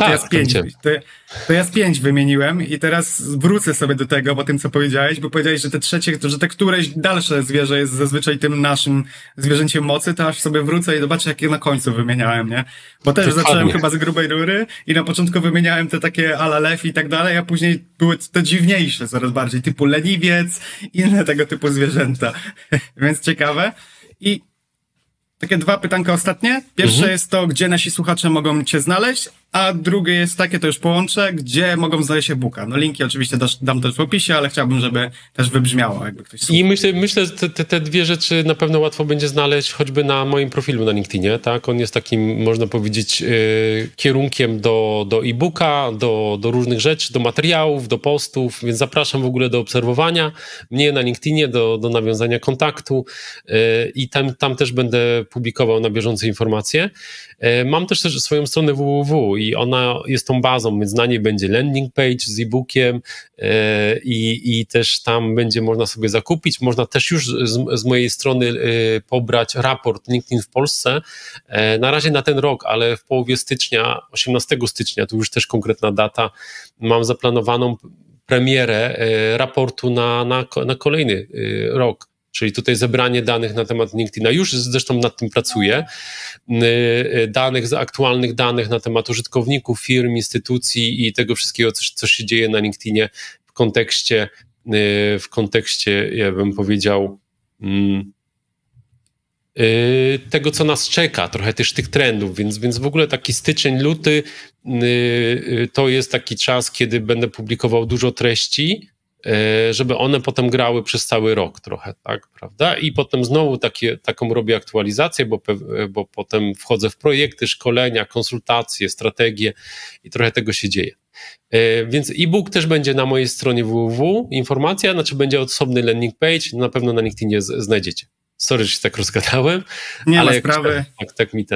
to ja z 5 wymieniłem i teraz wrócę sobie do tego, po tym co powiedziałeś, bo powiedziałeś, że te któreś dalsze zwierzę jest zazwyczaj tym naszym zwierzęciem mocy, to aż sobie wrócę i zobaczę, jakie na końcu wymieniałem, nie? Bo też zacząłem chyba z grubej rury i na początku wymieniałem te takie ala lew i tak dalej, a później były te dziwniejsze coraz bardziej, typu leniwiec, inne tego typu zwierzęta. Więc ciekawe. I takie 2 pytanka ostatnie. Pierwsze jest to, gdzie nasi słuchacze mogą cię znaleźć, a drugie jest takie, to już połączę, gdzie mogą znaleźć e-booka. No linki oczywiście dam też w opisie, ale chciałbym, żeby też wybrzmiało, jakby ktoś słuchał.
I myślę, że te 2 rzeczy na pewno łatwo będzie znaleźć choćby na moim profilu na LinkedInie, tak? On jest takim, można powiedzieć, kierunkiem do e-booka, do różnych rzeczy, do materiałów, do postów, więc zapraszam w ogóle do obserwowania mnie na LinkedInie, do nawiązania kontaktu i tam też będę publikował na bieżąco informacje. Mam też swoją stronę www i ona jest tą bazą, więc na niej będzie landing page z e-bookiem i też tam będzie można sobie zakupić. Można też już z mojej strony pobrać raport LinkedIn w Polsce. Na razie na ten rok, ale w połowie stycznia, 18 stycznia, tu już też konkretna data, mam zaplanowaną premierę raportu na kolejny rok. Czyli tutaj zebranie danych na temat LinkedIna. Już zresztą nad tym pracuję. Aktualnych danych na temat użytkowników, firm, instytucji i tego wszystkiego, co się dzieje na LinkedInie w kontekście, ja bym powiedział, tego, co nas czeka, trochę też tych trendów, więc w ogóle taki styczeń, luty to jest taki czas, kiedy będę publikował dużo treści żeby one potem grały przez cały rok trochę, tak, prawda? I potem znowu taką robię aktualizację, bo potem wchodzę w projekty, szkolenia, konsultacje, strategie i trochę tego się dzieje. Więc e-book też będzie na mojej stronie www, informacja, znaczy będzie osobny landing page, na pewno na LinkedInie znajdziecie. Sorry, że się tak rozgadałem,
nie
ale
ma sprawy.
Tak mi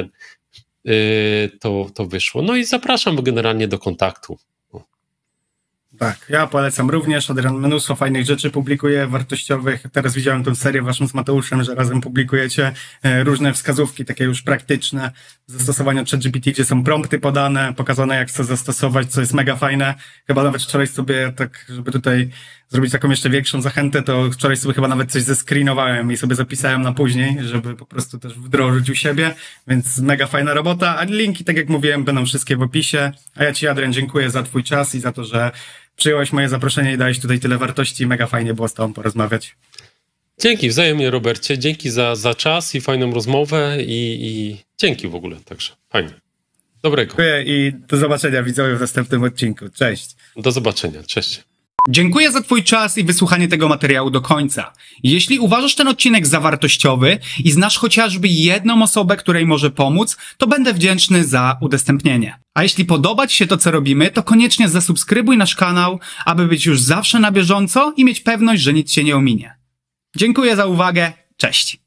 to wyszło. No i zapraszam generalnie do kontaktu.
Tak, ja polecam również. Adrian mnóstwo fajnych rzeczy publikuje, wartościowych. Teraz widziałem tę serię waszą z Mateuszem, że razem publikujecie różne wskazówki, takie już praktyczne zastosowania ChatGPT, gdzie są prompty podane, pokazane jak co zastosować, co jest mega fajne. Chyba nawet wczoraj sobie, tak żeby tutaj zrobić taką jeszcze większą zachętę, to wczoraj sobie chyba nawet coś zescreenowałem i sobie zapisałem na później, żeby po prostu też wdrożyć u siebie, więc mega fajna robota, a linki, tak jak mówiłem, będą wszystkie w opisie. A ja ci, Adrian, dziękuję za twój czas i za to, że przyjąłeś moje zaproszenie i dałeś tutaj tyle wartości. Mega fajnie było z tobą porozmawiać.
Dzięki, wzajemnie, Robercie. Dzięki za czas i fajną rozmowę i dzięki w ogóle. Także fajnie. Dobrego.
Dziękuję i do zobaczenia, widzowie, w następnym odcinku. Cześć.
Do zobaczenia. Cześć.
Dziękuję za twój czas i wysłuchanie tego materiału do końca. Jeśli uważasz ten odcinek za wartościowy i znasz chociażby jedną osobę, której może pomóc, to będę wdzięczny za udostępnienie. A jeśli podoba ci się to, co robimy, to koniecznie zasubskrybuj nasz kanał, aby być już zawsze na bieżąco i mieć pewność, że nic cię nie ominie. Dziękuję za uwagę. Cześć.